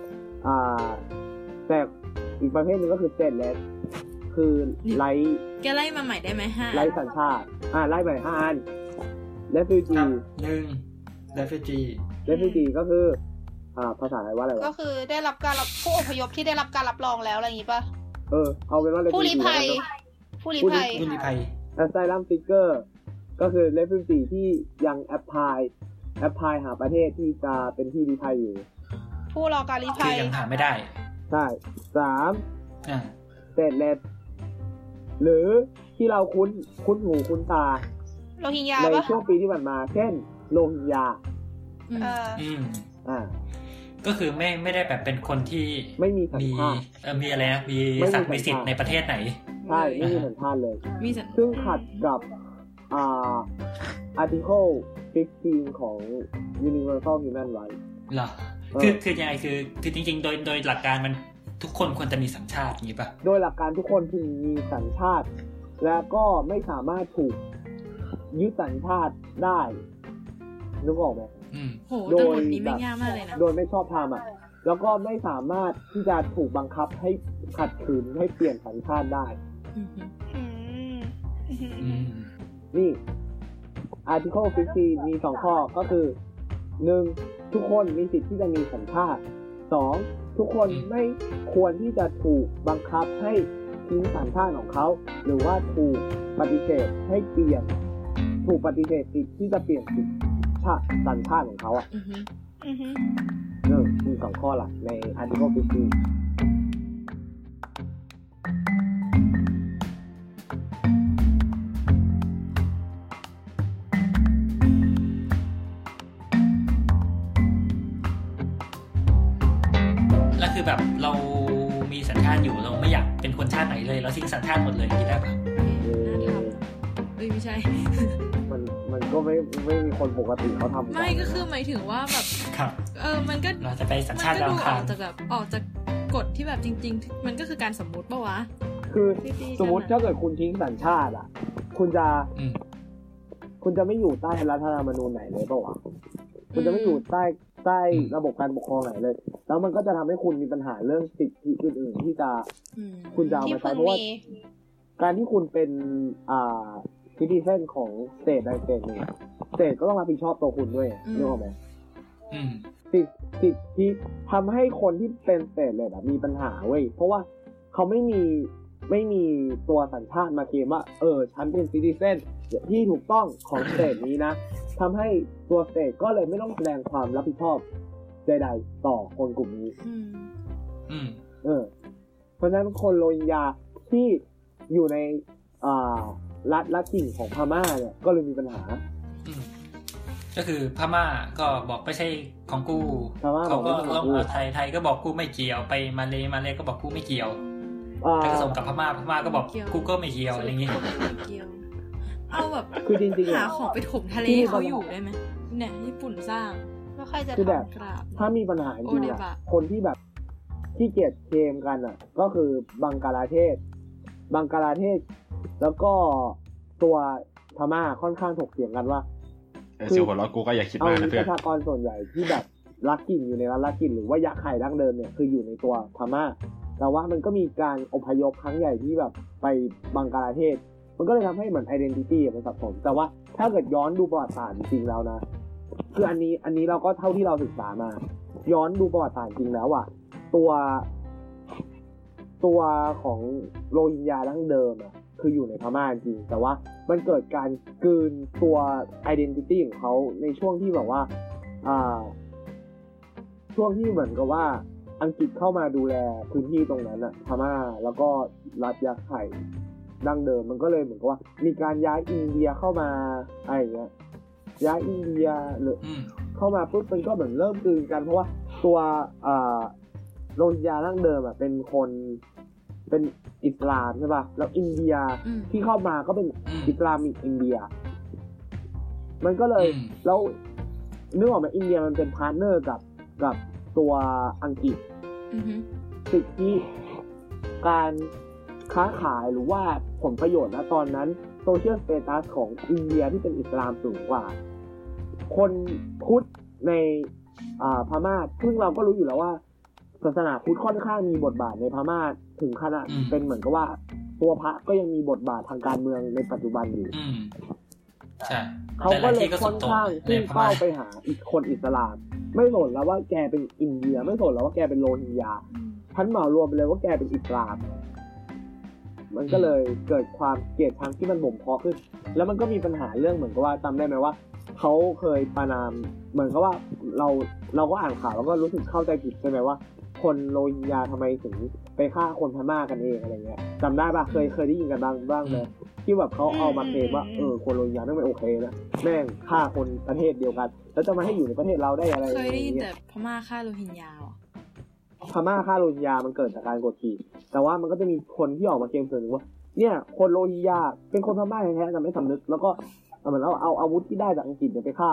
อีกประเภทนึงก็คือ stateless คือแกไล่มาใหม่ได้ไหม5 ไล่สัญชาติไล่ใหม่5 อัน refugee refugee ก็คือภาษาไทยว่าอะไรวะก็คือได้รับการผู้อพยพที่ได้รับการรับรองแล้วอะไรอย่างงี้ป่ะเอาเป็นว่าผู้ลี้ภัย asylum seeker ก็คือ refugee ที่ยัง apply หาประเทศที่จะเป็นที่ลี้ภัยอยู่ผู้รอการลี้ภัยยังหาไม่ได้ใช่3stateless หรือที่เราคุ้นหูคุ้นตาโรฮิงญาในช่วงปีที่ผ่านมาเช่นโรฮิงญาก็คือไม่ได้แบบเป็นคนที่ไม่มีสัญชาติมีอะไรนะมีศักดิ์มีสิทธิ์ในประเทศไหนใช่ไม่มีสัญชาติเลยซึ่งขัดกับarticle 15 ของ Universal Human Rights เหรอคือยังไงคือจริงๆโดยหลักการมันทุกคนควรจะมีสัญชาติอย่างนี้ป่ะโดยหลักการทุกคนพึงมีสัญชาติแล้วก็ไม่สามารถถูกยึดสัญชาติได้นึกออกไหมโดยนี้ไม่ยากมากเลยนะโดยไม่ชอบธรรมแล้วก็ไม่สามารถที่จะถูกบังคับให้ขัดขืนให้เปลี่ยนสัญชาติได้นี่ Article 15 มี2 ข้อก็คือ 1. ทุกคนมีสิทธิ์ที่จะมีสัญชาติ 2. ทุกคนไม่ควรที่จะถูกบังคับให้ทิ้งสัญชาติของเขาหรือว่าถูกปฏิเสธให้เปลี่ยนถูกปฏิเสธสิทธิ์ที่จะเปลี่ยนสัญชาติของเขามี2 ข้อหลักใน Article 15 แล้วคือแบบเรามีสัญชาติอยู่เราไม่อยากเป็นคนชาติไหนเลยเราทิ้งสัญชาติหมดเลยได้ปะไม่ใช่มันก็ไม่มีคนปกติเขาทำไม่ก็คือหมายถึงว่าแบบมันก็เราจะไปสัญชาติเราออกจากกฎที่แบบจริงๆมันก็คือการสมมุติป่ะวะคือสมมติถ้าเกิดคุณทิ้งสัญชาติคุณจะไม่อยู่ใต้รัฐธรรมนูญไหนเลยป่ะวะคุณจะไม่อยู่ใต้ระบบการปกครองไหนเลยแล้วมันก็จะทำให้คุณมีปัญหาเรื่องสิทธิอื่นๆที่จะคุณจะเอามาใช้เพราะว่าการที่คุณเป็นcitizen ของสเตทใดสเตทหนึ่งสเตทก็ต้องรับผิดชอบตัวคุณด้วยนึกออกไหมสิทธิทำให้คนที่เป็นสเตทเลยมีปัญหาเว้ยเพราะว่าเขาไม่มีตัวสัญชาติมาเคลมว่าฉันเป็น citizen ที่ถูกต้องของสเตทนี้นะทำให้ตัวสเตทก็เลยไม่ต้องแสดงความรับผิดชอบใดๆต่อคนกลุ่มนี้เพราะฉะนั้นคนโรฮิงญาที่อยู่ในรัฐถิ่นของพม่าเนี่ยก็เลยมีปัญหาก็คือพม่าก็บอกไม่ใช่ของกูเขาก็ลงไทยก็บอกกูไม่เกี่ยวไปมาเลก็บอกกูไม่เกี่ยวแต่ก็ส่งกับพม่าก็บอกกูก็ไม่เกี่ยวอะไรอย่างงี้เอาแบบคือจริงๆหาของไปถมทะเลให้เขาอยู่ได้ไหมเนี่ยญี่ปุ่นสร้างแล้วใครจะทำกราบถ้ามีปัญหาจริงคนที่แบบที่เกลียดเคมกันก็คือบังกลาเทศแล้วก็ตัวพม่าค่อนข้างถกเถียงกันว่าคือหัวเราะกูก็อย่าคิดมากนะเพื่อนประชากรส่วนใหญ่ที่แบบลักกิ่นอยู่ในรัฐลักกิ่นหรือว่ายักษ์ไข่ดั้งเดิมเนี่ยคืออยู่ในตัวพม่าแต่ว่ามันก็มีการอพยพครั้งใหญ่ที่แบบไปบังกลาเทศมันก็เลยทำให้เหมือน identity มันสับสนแต่ว่าถ้าเกิดย้อนดูประวัติศาสตร์จริงๆแล้วนะคืออันนี้เราก็เท่าที่เราศึกษามาย้อนดูประวัติศาสตร์จริงแล้วตัวของโรฮิงญาดั้งเดิมคืออยู่ในพม่าจริงแต่ว่ามันเกิดการกลืนตัว identity ของเขาในช่วงที่แบบว่าช่วงที่เหมือนกับว่าอังกฤษเข้ามาดูแลพื้นที่ตรงนั้นพม่าแล้วก็รัฐยักษ์ไข่ดั้งเดิมมันก็เลยเหมือนกับว่ามีการย้ายอินเดียเข้ามาอะไรอย่างเงี้ยย้ายอินเดียหรือเข้ามาปุ๊บมันก็เหมือนเริ่มกลืนกันเพราะว่าตัวโรฮิงญาดั้งเดิมอ่ะเป็นคนเป็นอิสลามใช่ป่ะแล้วอินเดียที่เข้ามาก็เป็นอิสลามิกอินเดียมันก็เลยแล้วนึกออกไหมอินเดียมันเป็นพาร์ทเนอร์กับตัวอังกฤษสิทธิการค้าขายหรือว่าผลประโยชน์ณตอนนั้นโซเชียลสเตตัสของอินเดียที่เป็นอิสลามสูงกว่าคนพุทธในพม่าซึ่งเราก็รู้อยู่แล้วว่าศาสนาพุทธค่อนข้างมีบทบาทในพม่าถึงขนาดเป็นเหมือนกับว่าตัวพระก็ยังมีบทบาททางการเมืองในปัจจุบันอยู่ใช่เขาก็เลยค่อนข้างที่เข้าไปหาคนอิสลามไม่สนแล้วว่าแกเป็นอินเดียไม่สนแล้วว่าแกเป็นโรฮิงญาท่านเหมารวมไปเลยว่าแกเป็นอิสลามมันก็เลยเกิดความเกลียดชังที่มันบ่มเพาะขึ้นแล้วมันก็มีปัญหาเรื่องเหมือนกับว่าจำได้ไหมว่าเขาเคยประณามเหมือนกับว่าเราก็อ่านข่าวแล้วก็รู้สึกเข้าใจผิดใช่ไหมว่าคนโรฮิงญาทำไมถึงไปฆ่าคนพม่ากันเองอะไรเงี้ยจำได้ปะเคยได้ยินกันบ้างไหมที่แบบเขาเอามาเคลมว่าคนโรฮิงญาไม่โอเคนะแม่งฆ่าคนประเทศเดียวกันแล้วจะมาให้อยู่ในประเทศเราได้อะไรเคยได้ยินแต่พม่าฆ่าโรฮิงญาพม่าฆ่าโรฮิงญามันเกิดจากการกดขี่แต่ว่ามันก็จะมีคนที่ออกมาเคลมเสนอว่าเนี่ยคนโรฮิงญาเป็นคนพม่าแท้ๆแต่ไม่สำนึกแล้วก็เหมือนเอาอาวุธที่ได้จากอังกฤษเนี่ยไปฆ่า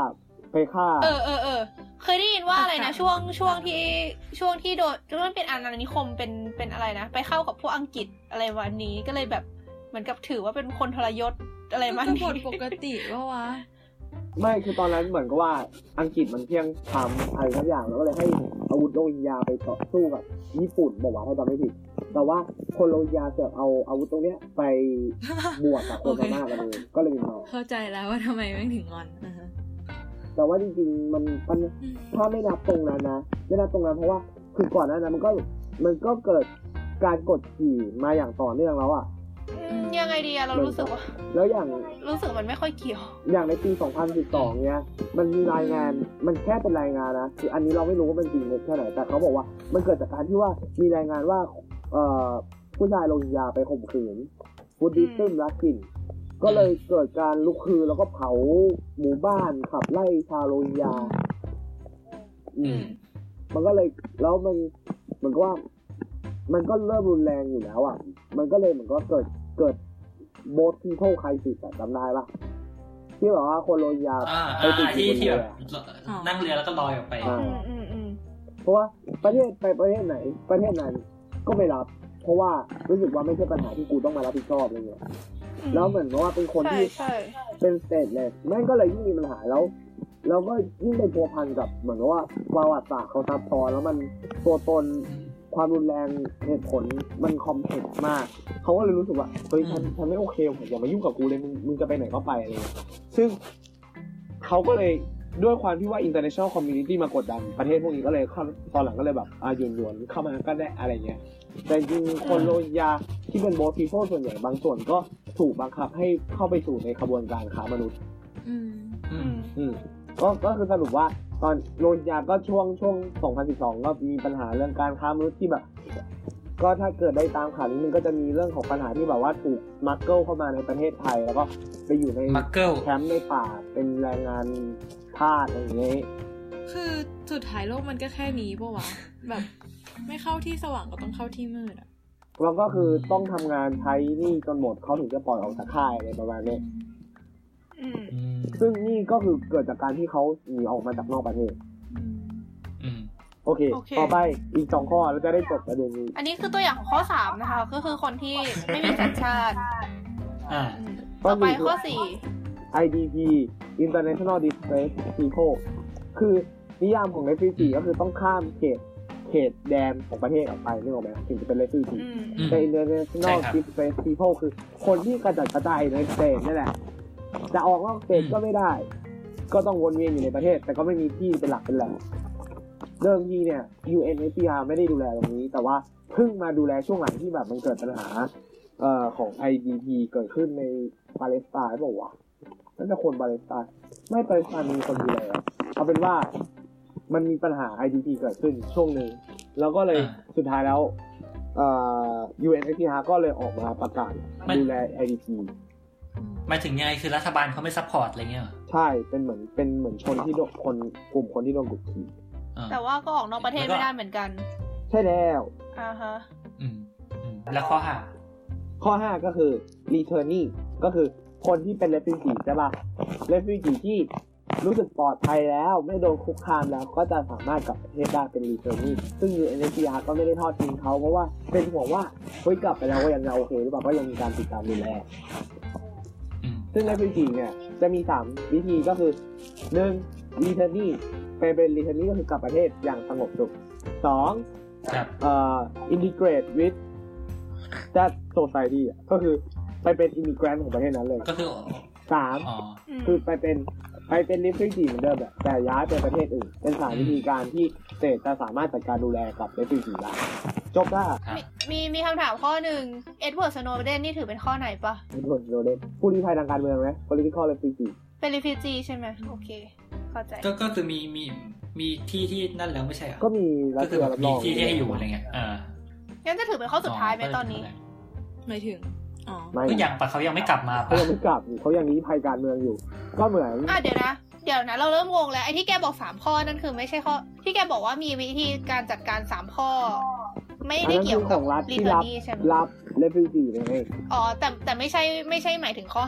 เคยได้ยินว่าอะไรนะช่วงที่โดนจนมันเป็นอาณานิคมเป็นอะไรนะไปเข้ากับพวกอังกฤษอะไรวันนี้ก็เลยแบบเหมือนกับถือว่าเป็นคนทรยศอะไรมันก็ปกติว่าวะไม่คือตอนนั้นเหมือนกับว่าอังกฤษมันเพียงทำอะไรสักอย่างแล้วก็เลยให้อาวุธโรฮิงญาไปต่อสู้กับญี่ปุ่นบอกว่าถ้าจำไม่ผิดแต่ว่าคนโรฮิงญาเสือกเอาอาวุธตรงเนี้ยไปบวกกับคนพม่ากันเองก็เลยมีมาเข้าใจแล้วว่าทำไมแม่งถึงงอนแต่ว่าจริงๆมันถ้าไม่นับตรงนั้นนะไม่นับตรงนั้นเพราะว่าคือก่อนหน้านั้นมันก็เกิดการกดขี่มาอย่างต่อเนื่องแล้วอ่ะยังไงดีอะเรารู้สึกว่าแล้วอย่างรู้สึกมันไม่ค่อยเกี่ยวอย่างในปี 2012เนี้ยมันมีรายงานมันแค่เป็นรายงานนะคืออันนี้เราไม่รู้ว่ามันจริงแค่ไหนแต่เขาบอกว่ามันเกิดจากการที่ว่ามีรายงานว่าผู้ชายโรฮิงญาไปข่มขืนบุดดิซึมรักถิ่นก็เลยเกิดการลุกฮือแล้วก็เผาหมู่บ้านขับไล่ชาวโรฮิงญามันก็เลยแล้วมันเหมือนกับว่ามันก็เริ่มรุนแรงอยู่แล้วอ่ะมันก็เลยเหมือนก็เกิดโบสทีโพไคซิสจำได้ปะที่บอกว่าคนโรฮิงญาไปติดที่แบบนั่งเรือแล้วก็ลอยออกไปเพราะว่าประเทศไหนประเทศนั้นก็ไม่รับเพราะว่ารู้สึกว่าไม่ใช่ปัญหาที่กูต้องมารับผิดชอบอะไรเงี้ยแล้วเหมือนว่าเป็นคนที่เป็นสเตทเลสแม่งก็เลยยิ่งมีปัญหาแล้วก็ยิ่งเป็นพัวพันกับเหมือนว่าประวัติศาสตร์เขาซับซ้อนแล้วมันตัวตนความรุนแรงเหตุผลมันคอมเพล็กซ์มากเขาก็เลยรู้สึกว่าเฮ้ยฉันไม่โอเคผมอย่ามายุ่งกับกูเลยมึงจะไปไหนก็ไปอะไรซึ่งเขาก็เลยด้วยความที่ว่า international community มากดดันประเทศพวกนี้ก็เลยตอนหลังก็เลยแบบหยวนๆเข้ามาก็ได้อะไรเงี้ยแต่จริงคนโรฮิงญาที่เป็น boat people ส่วนใหญ่บางส่วนก็ถูกบังคับให้เข้าไปสู่ในขบวนการค้ามนุษย์ก็คือสรุปว่าตอนโรฮิงญาก็ช่วง2012ก็มีปัญหาเรื่องการค้ามนุษย์ที่แบบก็ถ้าเกิดได้ตามข่าวนี้มันก็จะมีเรื่องของปัญหาที่แบบว่าถูกมักเกิลเข้ามาในประเทศไทยแล้วก็ไปอยู่ในแคมป์ในป่าเป็นแรงงานทาสอะไรอย่างเงี้ยคือสุดท้ายโลกมันก็แค่นี้ป่ะวะแบบไม่เข้าที่สว่างก็ต้องเข้าที่มืดอ่ะแล้วก็คือต้องทำงานใช้นี่จนหมดเขาถึงจะปล่อยออกจากค่ายอะไรประมาณนี้ซึ่งนี่ก็คือเกิดจากการที่เขาหนีออกมาจากนอกประเทศโอเคต่อไปอีก2ข้อแล้วจะได้จบประเด็นนี้อันนี้คือตัวอย่างของข้อ3นะคะก็คือคนที่ไม่มีสัญชาติต่อไปข้อ4 IDP International Displaced People คือนิยามของ refugee ก็คือต้องข้ามเขตแดนของประเทศออกไปนึกออกไหมถึงจะเป็น refugee แต่ International Displaced People คือคนที่กระจัดกระจายในสเตทนี่แหละจะออกนอกสเตทก็ไม่ได้ก็ต้องวนเวียนอยู่ในประเทศแต่ก็ไม่มีที่เป็นหลักเป็นแหล่งเดิมทีเนี่ย UNHCR ไม่ได้ดูแลตรงนี้แต่ว่าเพิ่งมาดูแลช่วงหลังที่แบบมันเกิดปัญหาของ IDP เกิดขึ้นในปาเลสไตน์บอกว่านั่นจะคนปาเลสไตน์ไม่ปาเลสไตน์มีคนดูแลเอาเป็นว่ามันมีปัญหา IDP เกิดขึ้นช่วงนึงแล้วก็เลยสุดท้ายแล้ว UNHCR ก็เลยออกมาประกาศดูแล IDP หมายถึงยังไงคือรัฐบาลเขาไม่ซัพพอร์ตอะไรเงี้ยใช่เป็นเหมือนชนที่คนกลุ่มคนที่โดนกดขี่แต่ว่าก็ออกนอกประเทศไม่ได้เหมือนกันใช่แล้วฮะแล้วข้อ 5ก็คือ returnee ก็คือคนที่เป็น refugee ใช่ป่ะ refugee ที่รู้สึกปลอดภัยแล้วไม่โดนคุกคามแล้วก็จะสามารถกลับประเทศได้เป็น returnee ซึ่ง UNHCR ก็ไม่ได้ทอดทิ้งเขาเพราะว่าเป็นห่วงว่าเฮ้ยกลับไปแล้วก็ยังโอเคหรือเปล่าก็ยังมีการติดตามดูแลซึ่ง refugee เนี่ยจะมี3วิธีก็คือ1 returnee เป็น returnee ก็คือกลับประเทศอย่างสงบสุข2integrate with that society ก็คือไปเป็น immigrant ของประเทศนั้นเลยก็คือ 3คือไปเป็น refugee เหมือนเดิมแต่ย้ายไปประเทศอื่นเป็น3วิธีการที่สเตทจะสามารถจัดการดูแลกับ refugee ได้จบแล้วมีคำถามข้อหนึ่ง Edward Snowden นี่ถือเป็นข้อไหนปะ Edward Snowden ผู้ลี้ภัยทางการเมืองไหม political refugee เป็น refugee ใช่ไหมโอเคเข้าใจก็คือมีที่นั่นแล้วไม่ใช่เหรอก็มีก็คือมีที่ให้อยู่อะไรเงี้ยงั้นจะถือเป็นข้อสุดท้ายไหมตอนนี้ไม่ถึงก็ยังแต่เขายังไม่กลับมาเขายังไม่กลับเขายังลี้ภัยการเมืองอยู่ก็เหมือนเดี๋ยวนะเราเริ่มงงแล้วไอ้ที่แกบอก3ข้อนั่นคือไม่ใช่ข้อที่แกบอกว่ามีวิธีการจัดการ3ข้อไม่ได้เกี่ยวกับรีเทอร์นี่ใช่ไหมรับเรฟิวจีเลยแต่ไม่ใช่หมายถึงข้อ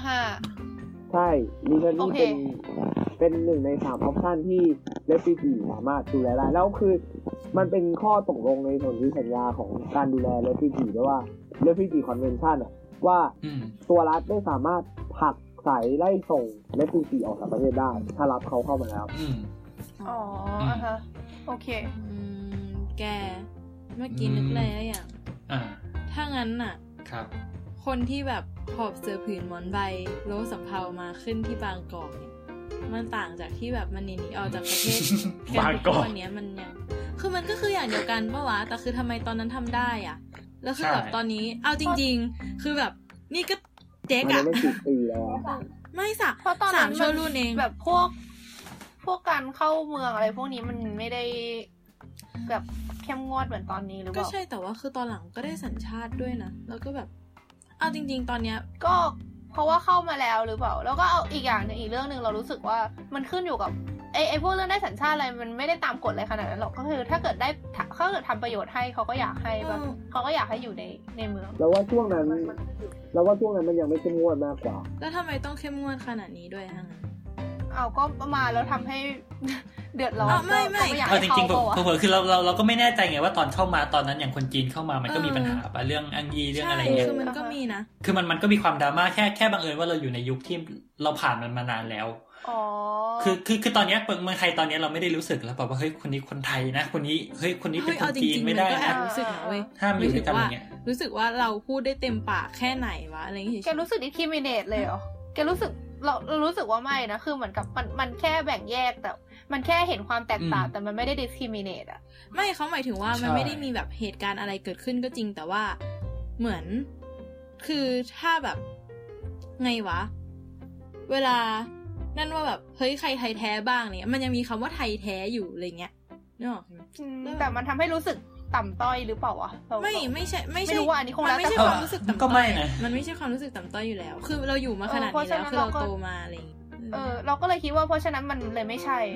5 ใช่รีเทอร์นี่เป็น1ใน3ออปชั่นที่เรฟิวจีสามารถดูแลได้แล้วคือมันเป็นข้อตกลงในสนธิสัญญาของการดูแลเรฟิวจีด้วยว่าเรฟิวจีคอนเวนชั่นว่าตัวรัฐได้สามารถผลักไสไล่ส่งเรฟิวจีออกจากประเทศได้ถ้ารับเขาเข้ามาแล้วฮะโอเคแกเมื่อกี้นึกเลยอย่างถ้างั้นน่ะครับคนที่แบบหอบเสื้อผืนหมอนใบโลสำเภามาขึ้นที่บางกอกเนี่ยมันต่างจากที่แบบมันหนีออกจากประเทศกันทุกวันนี้มันยังคือมันก็คืออย่างเดียวกันปะวะแต่คือทำไมตอนนั้นทำได้อ่ะแล้วคือแบบตอนนี้เอาจริงๆคือแบบนี่ก็เจ๊กอะไม่สักเพราะตอนนั้นชั่วรุ่นเองแบบพวกการเข้าเมืองอะไรพวกนี้มันไม่ได้แบบเข้มงวดเหมือนตอนนี้หรือเปล่าก็ใช่แต่ว่าคือตอนหลังก็ได้สัญชาติด้วยนะแล้วก็แบบเอาจริงๆตอนเนี้ยก็เพราะว่าเข้ามาแล้วหรือเปล่าแล้วก็เอาอีกอย่างนึงอีกเรื่องนึงเรารู้สึกว่ามันขึ้นอยู่กับไอ้พวกเรื่องได้สัญชาติอะไรมันไม่ได้ตามกฎอะไรขนาดนั้นหรอกก็คือถ้าเกิดทำประโยชน์ให้เขาก็อยากให้แบบเขาก็อยากให้อยู่ในเมืองแล้วว่าช่วงนั้นมันยังไม่เข้มงวดมากกว่าแล้วทำไมต้องเข้มงวดขนาดนี้ด้วยฮะเอาก็มาแล้วทำให้เดือดร้อนไม่จริงๆคือเราก็ไม่แน่ใจไงว่าตอนเข้ามาตอนนั้นอย่างคนจีนเข้ามามันก็มีปัญหาเรื่องอังยีเรื่องอะไรเงี้ยคือมันก็มีนะคือมันก็มีความดราม่าแค่บังเอิญว่าเราอยู่ในยุคที่เราผ่านมันมานานแล้วคือตอนนี้เมืองไทยตอนนี้เราไม่ได้รู้สึกแล้วแบบว่าเฮ้ยคนนี้คนไทยนะคนนี้เฮ้ยคนนี้เป็นคนจีนไม่ได้นะรู้สึกนะเว้ยห้ามอยู่ด้วยกันอย่างเงี้ยรู้สึกว่าเราพูดได้เต็มปากแค่ไหนวะอะไรอย่างเงี้ยแกรู้สึกดิสคริมิเนตเลยเหรอแกรู้สึกเรารู้สึกว่าไม่นะคือเหมือนกับมันแค่แบ่งแยกแต่มันแค่เห็นความแตกต่างแต่มันไม่ได้ discriminate อ่ะไม่เขาหมายถึงว่ามันไม่ได้มีแบบเหตุการณ์อะไรเกิดขึ้นก็จริงแต่ว่าเหมือนคือถ้าแบบไงวะเวลานั่นว่าแบบเฮ้ยใครไทยแท้บ้างเนี่ยมันยังมีคำว่าไทยแท้อยู่อะไรเงี้ยนึกออกไหมแต่มันทำให้รู้สึกต่ำต้อยหรือเปล่าวะไม่ใช่ไม่รู้ว่าอันนี้คงแล้วแต่ความรู้สึกต่ำต้อยมันไม่ใช่ความรู้สึกต่ำต้อยอยู่แล้วคือเราอยู่มาขนาดนี้แล้วคือเราโตมาอะไรอย่างเงี้ยเราก็เลยคิดว่าเพราะฉะนั้นมันเลยไม่ใช่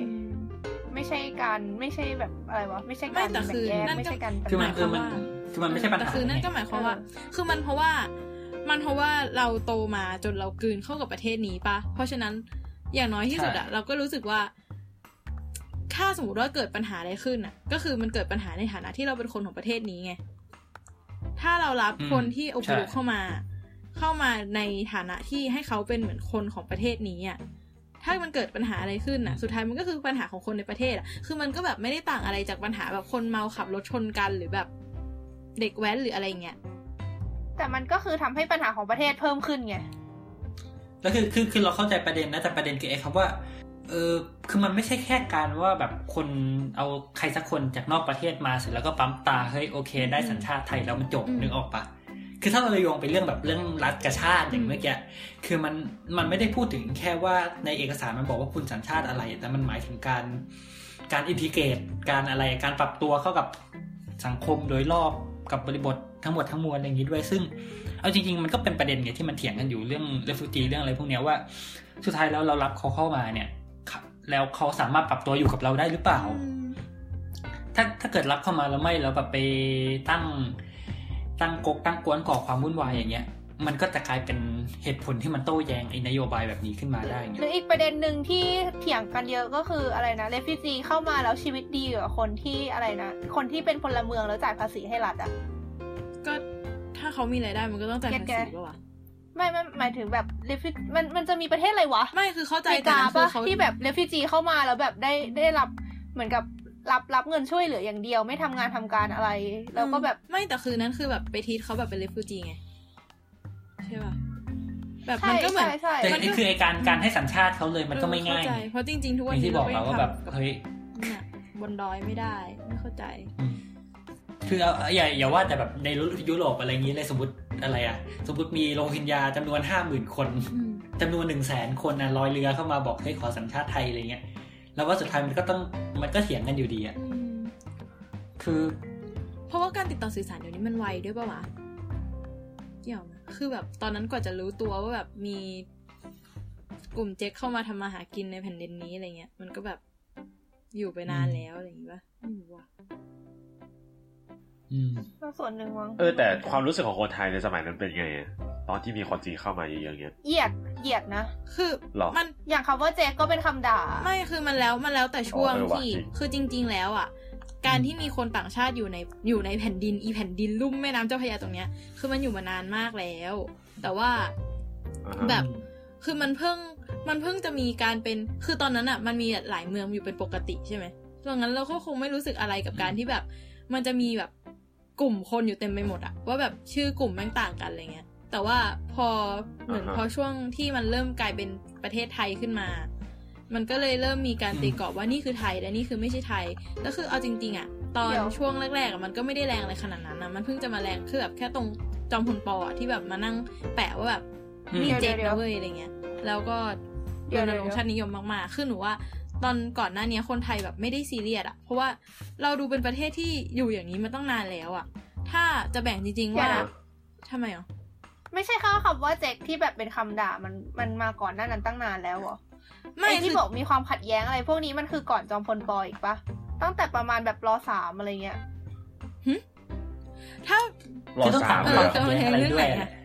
แบบอะไรวะไม่ใช่การแบ่งแยกไม่ใช่การคือมันไม่ใช่ปัญหาแต่คือนั่นก็หมายความว่าคือมันเพราะว่าเราโตมาจนเรากลืนเข้ากับประเทศนี้ปะเพราะฉะนั้นอย่างน้อยที่สุดอะเราก็รู้สึกว่าถ้าสมมติว่าเกิดปัญหาอะไรขึ้นอะก็คือมันเกิดปัญหาในฐานะที่เราเป็นคนของประเทศนี้ไงถ้าเรารับคนที่อพยพเข้ามาในฐานะที่ให้เขาเป็นเหมือนคนของประเทศนี้อะถ้ามันเกิดปัญหาอะไรขึ้นน่ะสุดท้ายมันก็คือปัญหาของคนในประเทศอ่ะคือมันก็แบบไม่ได้ต่างอะไรจากปัญหาแบบคนเมาขับรถชนกันหรือแบบเด็กแว้นหรืออะไรเงี้ยแต่มันก็คือทำให้ปัญหาของประเทศเพิ่มขึ้นไงแล้วคือเราเข้าใจประเด็นนะแต่ประเด็นคือไอ้คำว่าคือมันไม่ใช่แค่การว่าแบบคนเอาใครสักคนจากนอกประเทศมาเสร็จแล้วก็ปั๊มตาเฮ้ยโอเคได้สัญชาติไทยแล้วมันจบนึกออกปะคือถ้าเราโยงไปเรื่องแบบเรื่องรัฐกับชาติอย่างเมื่อกี้คือมันไม่ได้พูดถึงแค่ว่าในเอกสารมันบอกว่าคุณสัญชาติอะไรแต่มันหมายถึงการอินทิเกรตการอะไรการปรับตัวเข้ากับสังคมโดยรอบกับบริบททั้งหมดทั้งมวลอะไรอย่างนี้ด้วยซึ่งเอาจริงๆมันก็เป็นประเด็นไงที่มันเถียงกันอยู่เรื่อง refugee เรื่องอะไรพวกนี้ว่าสุดท้ายแล้วเรารับเขาเข้ามาเนี่ยแล้วเขาสามารถปรับตัวอยู่กับเราได้หรือเปล่าถ้าเกิดรับเข้ามาแล้วไม่แล้วแบบไปตั้งกวนก่อความวุ่นวายอย่างเงี้ยมันก็จะกลายเป็นเหตุผลที่มันโต้แย้งไอ้นโยบายแบบนี้ขึ้นมาได้หรืออีกประเด็นหนึ่งที่เถียงกันเยอะก็คืออะไรนะเรฟิจีเข้ามาแล้วชีวิตดีกว่าคนที่อะไรนะคนที่เป็นพลเมืองแล้วจ่ายภาษีให้รัฐอ่ะก็ถ้าเขามีรายได้มันก็ต้องจ่ายภาษีป่ะวะไม่หมายถึงแบบเรฟิมันจะมีประเทศอะไรวะไม่คือเข้าใจแต่คือเขาที่แบบเรฟิจีเข้ามาแล้วแบบได้รับเหมือนกับรับเงินช่วยเหลืออย่างเดียวไม่ทำงานทำการอะไรแล้วก็แบบไม่แต่คือนั้นคือแบบไปทีทเขาแบบเป็นเรฟิจีไงใช่ป่ะแบบมันก็เหมือนแต่นี่คือไอ้การให้สัญชาติเขาเลยมันก็ไม่ง่ายเพราะจริงๆทุกวันนี้เราบอกว่าแบบเฮ้ยบนดอยไม่ได้ไม่เข้าใจคืออย่าว่าแต่แบบในยุโรปอะไรอย่างนี้เลยสมมติอะไรอ่ะสมมติมีโรฮิงญาจำนวน 50,000 คนจำนวน 100,000 คนลอยเรือเข้ามาบอกให้ขอสัญชาติไทยอะไรเงี้ยแล้วว่าสุดท้ายมันก็เถียงกันอยู่ดีอ่ะคือเพราะว่าการติดต่อสื่อสารเดี๋ยวนี้มันไวด้วยป่ะวะเกี่ยวนะคือแบบตอนนั้นกว่าจะรู้ตัวว่าแบบมีกลุ่มเจ๊กเข้ามาทำมาหากินในแผ่นดินนี้อะไรเงี้ยมันก็แบบอยู่ไปนานแล้วอะไรอย่างงี้ป่ะไม่รู้ว่ะส่วนหนึ่งมั้งแต่ความรู้สึกของคนไทยในสมัยนั้นเป็นไงตอนที่มีคนจีนเข้ามาเยอะๆเงี้ยเหยียดนะคือมันอย่างคำว่าเจ๊กก็เป็นคำด่าไม่คือมันแล้วแต่ช่วงที่คือจริงๆแล้วอ่ะการที่มีคนต่างชาติอยู่ในแผ่นดินแผ่นดินลุ่มแม่น้ำเจ้าพระยาตรงเนี้ยคือมันอยู่มานานมากแล้วแต่ว่าแบบคือมันเพิ่งจะมีการเป็นคือตอนนั้นอ่ะมันมีหลายเมืองอยู่เป็นปกติใช่ไหมดังนั้นเราก็คงไม่รู้สึกอะไรกับการที่แบบมันจะมีแบบกลุ่มคนอยู่เต็มไปหมดอะว่าแบบชื่อกลุ่มแม่งต่างกันอะไรเงี้ยแต่ว่าพอเหมือนพอช่วงที่มันเริ่มกลายเป็นประเทศไทยขึ้นมามันก็เลยเริ่มมีการตีกรอบว่านี่คือไทยและนี่คือไม่ใช่ไทยแล้วคือเอาจริงๆอะตอนช่วงแรกๆมันก็ไม่ได้แรงอะไรขนาดนั้นนะมันเพิ่งจะมาแรงคือแบบแค่ตรงจอมพลป.ที่แบบมานั่งแปะว่าแบบนี่เจ๊กนะเว้ยอะไรเงี้ยแล้วก็รณรงค์ชาตินิยมมากๆคือหนูว่าตอนก่อนหน้านี้คนไทยแบบไม่ได้ซีเรียสอ่ะเพราะว่าเราดูเป็นประเทศที่อยู่อย่างนี้มาตั้งนานแล้วอ่ะถ้าจะแบ่งจริงๆว่าทำไมอ่ะไม่ใช่คำว่าเจ๊กที่แบบเป็นคำด่ามันมาก่อนหน้านั้นตั้งนานแล้วเหรอไม่ที่บอกมีความขัดแย้งอะไรพวกนี้มันคือก่อนจอมพลป.อีกปะตั้งแต่ประมาณแบบร.3 อะไรเงี้ยถ้าร .3 อะไรด้วย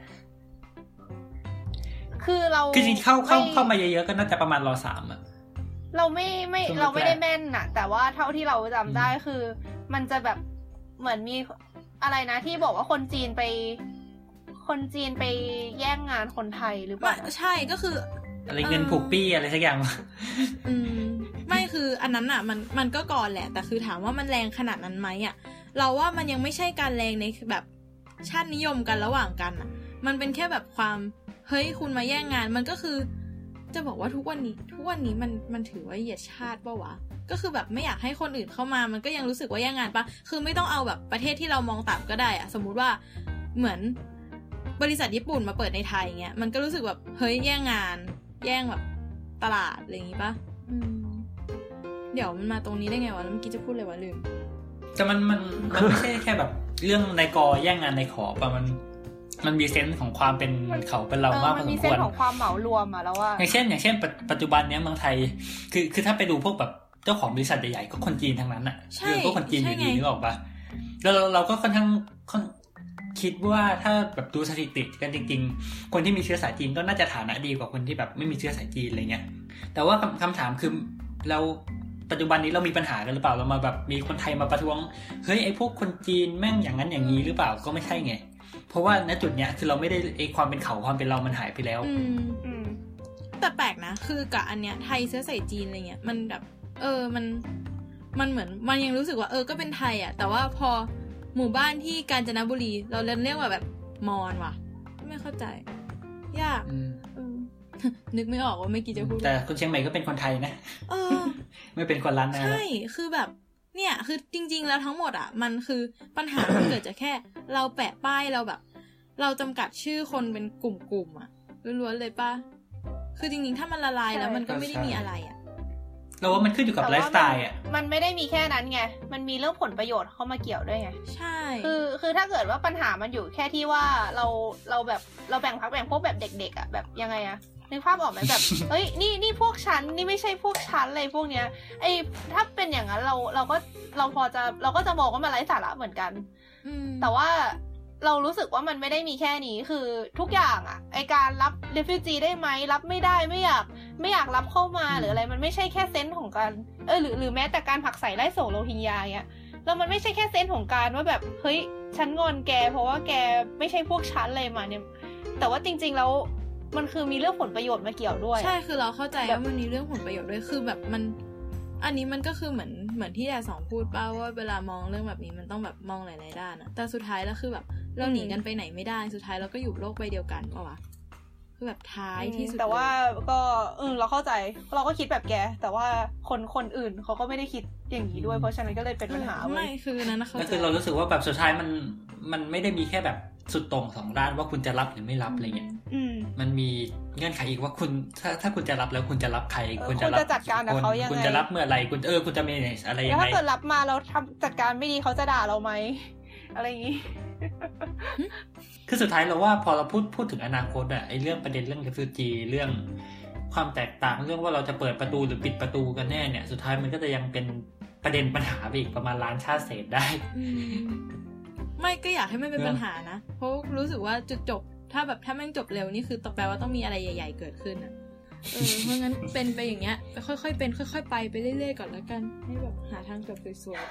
คือเราคือจริงเข้ามาเยอะๆก็น่าจะประมาณร.3 อ่ะเราไม่ได้แม่นน่ะแต่ว่าเท่าที่เราจำได้คือมันจะแบบเหมือนมีอะไรนะที่บอกว่าคนจีนไปแย่งงานคนไทยหรือเปล่าใช่ก็คืออะไรเงินผูกปี้อะไรสักอย่างไม่คืออันนั้นอ่ะมันก็ก่อนแหละแต่คือถามว่ามันแรงขนาดนั้นไหมอ่ะเราว่ามันยังไม่ใช่การแรงในแบบชาตินิยมกันระหว่างกันอ่ะมันเป็นแค่แบบความเฮ้ยคุณมาแย่งงานมันก็คือจะบอกว่าทุกวันนี้มันถือว่าเหยียดชาติป่ะวะก็คือแบบไม่อยากให้คนอื่นเข้ามามันก็ยังรู้สึกว่าแย่งงานป่ะคือไม่ต้องเอาแบบประเทศที่เรามองต่ำก็ได้อะสมมุติว่าเหมือนบริษัทญี่ปุ่นมาเปิดในไทยเงี้ยมันก็รู้สึกแบบเฮ้ยแย่งงานแย่งแบบตลาดอะไรอย่างงี้ป่ะเดี๋ยวมันมาตรงนี้ได้ไงวะแล้วเมื่อกี้จะพูดอะไรวะลืมแต่มันไม่ใช่แค่แบบเรื่องนายกแย่งงานนายขอป่ะมันมีเซนส์ของความเป็นเขาเป็นเรามากพอสมควรมันมีเซนส์ของความเหมารวมอ่ะแล้วว่าอย่างเช่นปัจจุบันเนี้ยเมืองไทยคือถ้าไปดูพวกแบบเจ้าของบริษัทใหญ่ๆก็คนจีนทั้งนั้นอ่ะพวกคนจีนอยู่ดีนึกออกป่ะแล้วเราก็ค่อนข้างคิดว่าถ้าแบบดูสถิติกันจริงๆคนที่มีเชื้อสายจีนก็น่าจะฐานะดีกว่าคนที่แบบไม่มีเชื้อสายจีนอะไรเงี้ยแต่ว่าคำถามคือเราปัจจุบันนี้เรามีปัญหากันหรือเปล่าเรามาแบบมีคนไทยมาประท้วงเฮ้ยไอ้พวกคนจีนแม่งอย่างนั้นอย่างนี้หรือเปล่าก็ไม่ใช่ไงเพราะว่าณจุดเนี้ยคือเราไม่ได้ความเป็นเขาความเป็นเรามันหายไปแล้วแต่แปลกนะคือกับอันเนี้ยไทยเชื้อสายจีนอะไรเงี้ยมันแบบมันเหมือนมันยังรู้สึกว่าก็เป็นไทยอ่ะแต่ว่าพอหมู่บ้านที่กาญจนบุรีเราเรียกว่าแบบมอญว่ะไม่เข้าใจยากนึกไม่ออกว่าไม่กี่จะพูดแต่คนเชียงใหม่ก็เป็นคนไทยนะไม่เป็นคนล้านนาใช่คือแบบเนี่ยคือจริงๆแล้วทั้งหมดอ่ะมันคือปัญหามันเกิดจากแค่เราแปะป้ายเราแบบเราจำกัดชื่อคนเป็นกลุ่มๆอ่ะล้วนๆเลยป่ะคือจริงๆถ้ามันละลายแล้วมันก็ไม่ได้มีอะไรอ่ะเราว่ามันขึ้นอยู่กับไลฟ์สไตล์อ่ะมันไม่ได้มีแค่นั้นไงมันมีเรื่องผลประโยชน์เข้ามาเกี่ยวด้วยไงใช่คือถ้าเกิดว่าปัญหามันอยู่แค่ที่ว่าเราแบบเราแบ่งพรรคแบ่งพวกแบบเด็กๆอ่ะแบบยังไงอะนึกภาพออกไหมแบบเอ้ยนี่พวกฉันนี่ไม่ใช่พวกฉันเลยพวกเนี้ยไอ้ถ้าเป็นอย่างนั้นเราก็จะมองว่ามันไร้สาระเหมือนกันแต่ว่าเรารู้สึกว่ามันไม่ได้มีแค่นี้คือทุกอย่างอ่ะไอการรับ refugee ได้ไหมรับไม่ได้ไม่อยากรับเข้ามาหรืออะไรมันไม่ใช่แค่เซนส์ของการหรือแม้แต่การผลักใส่ไล่ส่งโรฮิงญาเงี้ยแล้วมันไม่ใช่แค่เซนส์ของการว่าแบบเฮ้ยฉันงอนแกเพราะว่าแกไม่ใช่พวกฉันเลยมาเนี่ยแต่ว่าจริงๆแล้วมันคือมีเรื่องผลประโยชน์มาเกี่ยวด้วยใช่คือเราเข้าใจว่ามันมีเรื่องผลประโยชน์ด้วยคือแบบมันอันนี้มันก็คือเหมือนที่แต่สองพูดป่ะว่าเวลามองเรื่องแบบนี้มันต้องแบบมองหลายๆด้านอะแต่สุดท้ายแล้วคือแบบเราหนีกันไปไหนไม่ได้สุดท้ายเราก็อยู่โลกใบเดียวกันป่ะวะคือแบบท้ายที่สุดแต่ว่าก็เราเข้าใจเราก็คิดแบบแกแต่ว่าคนอื่นเขาก็ไม่ได้คิดอย่างนี้ด้วยเพราะฉะนั้นก็เลยเป็นปัญหาไม่คือนั้นนะคือเรารู้สึกว่าแบบสุดท้ายมันไม่ได้มีแค่แบบสุดตรงสองด้านว่าคุณจะรับหรือไม่รับอะไรเงี้ยมันมีเงื่อนไขอีกว่าคุณถ้าคุณจะรับแล้วคุณจะรับใครคุณจะจัดการกับเขายังไงคุณจะรับเมื่อไหร่คุณคุณจะ manage อะไรยังไงแล้วถ้าเกิดรับมาเราทำจัดการไม่ดีเขาจะด่าเราไหมอะไรอย่างงี้คือสุดท้ายเราว่าพอเราพูดถึงอนาคตอะไอเรื่องประเด็นเรื่อง refugee เรื่องความแตกต่างเรื่องว่าเราจะเปิดประตูหรือปิดประตูกันแน่เนี่ยสุดท้ายมันก็จะยังเป็นประเด็นปัญหาไปอีกประมาณล้านชาติเศษได้ไม่ก็อยากให้ไม่เป็นปัญหานะเพราะรู้สึกว่าจุดจบถ้าแม่งจบเร็วนี่คือแปลว่าต้องมีอะไรใหญ่ๆเกิดขึ้นอ่ะเพราะงั้นเป็นไปอย่างเงี้ยค่อยๆเป็นค่อยๆไปเรื่อยๆก่อนแล้วกันให้แบบหาทางจบสวยๆไป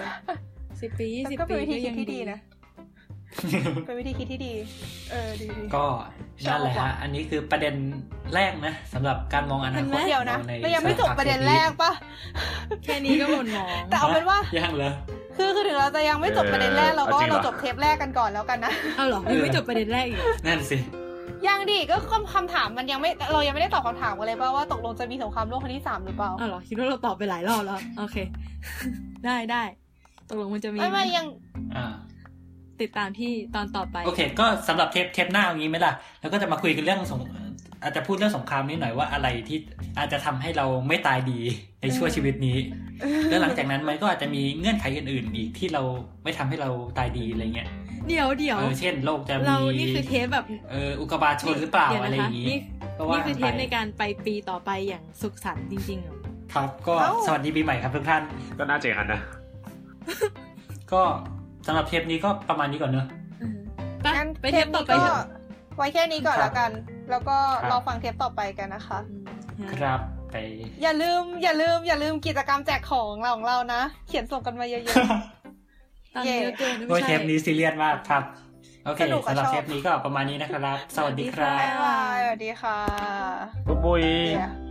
10 ปี20 ปีก็ยังดีนะเป็นวิธีคิดที่ดีดีก็นั่นแหละฮะอันนี้คือประเด็นแรกนะสำหรับการมองอนาคตเดียวนะเรายังไม่จบประเด็นแรกป่ะแค่นี้ก็หมดมองแต่เอาเป็นว่ายังเลยคือถึงเราจะยังไม่จบประเด็นแรกเราจบเทปแรกกันก่อนแล้วกันนะเอาหรอยังไม่จบประเด็นแรกอีกนั่นสิยังดิก็คำถามมันยังไม่เรายังไม่ได้ตอบคำถามกันเลยป่ะว่าตกลงจะมีสงครามโลกครั้งที่3หรือเปล่าอ้าวเหรอคิดว่าเราตอบไปหลายรอบแล้วโอเคได้ตกลงมันจะมีไม่ยังติดตามที่ตอนต่อไปโอเคก็สำหรับเทปหน้าอย่างนี้ไหมล่ะแล้วก็จะมาคุยกันเรื่องอาจจะพูดเรื่องสงครามนิดหน่อยว่าอะไรที่อาจจะทำให้เราไม่ตายดีในช่วงชีวิตนี้แล้วหลังจากนั้นมันก็อาจจะมีเงื่อนไขอื่นๆอีกที่เราไม่ทำให้เราตายดีอะไรเงี้ยเดี๋ยวเช่นโลกจะมีนี่คือเทปแบบอุกกาบาตชนหรือเปล่าอะไรอย่างนี้นี่คือเทปในการไปปีต่อไปอย่างสุขสันต์จริงๆเหรอครับก็สวัสดีปีใหม่ครับทุกท่านก็น่าเจ๋งนะก็สำหรับเทปนี้ก็ประมาณนี้ก่อนเนอะไปเทปต่อไปไว้แค่นี้ก่อนแล้วกันแล้วก็รอฟังเทปต่อไปกันนะคะครับไปอย่าลืมกิจกรรมแจกของเรานะเขียนส่งกันมาเยอะๆเยอะเกินไม่ใช่เทปนี้ซีเรียสมากครับโอเคสำหรับเทปนี้ก็ประมาณนี้นะครับสวัสดีครับบ๊ายบายสวัสดีค่ะปุ้ย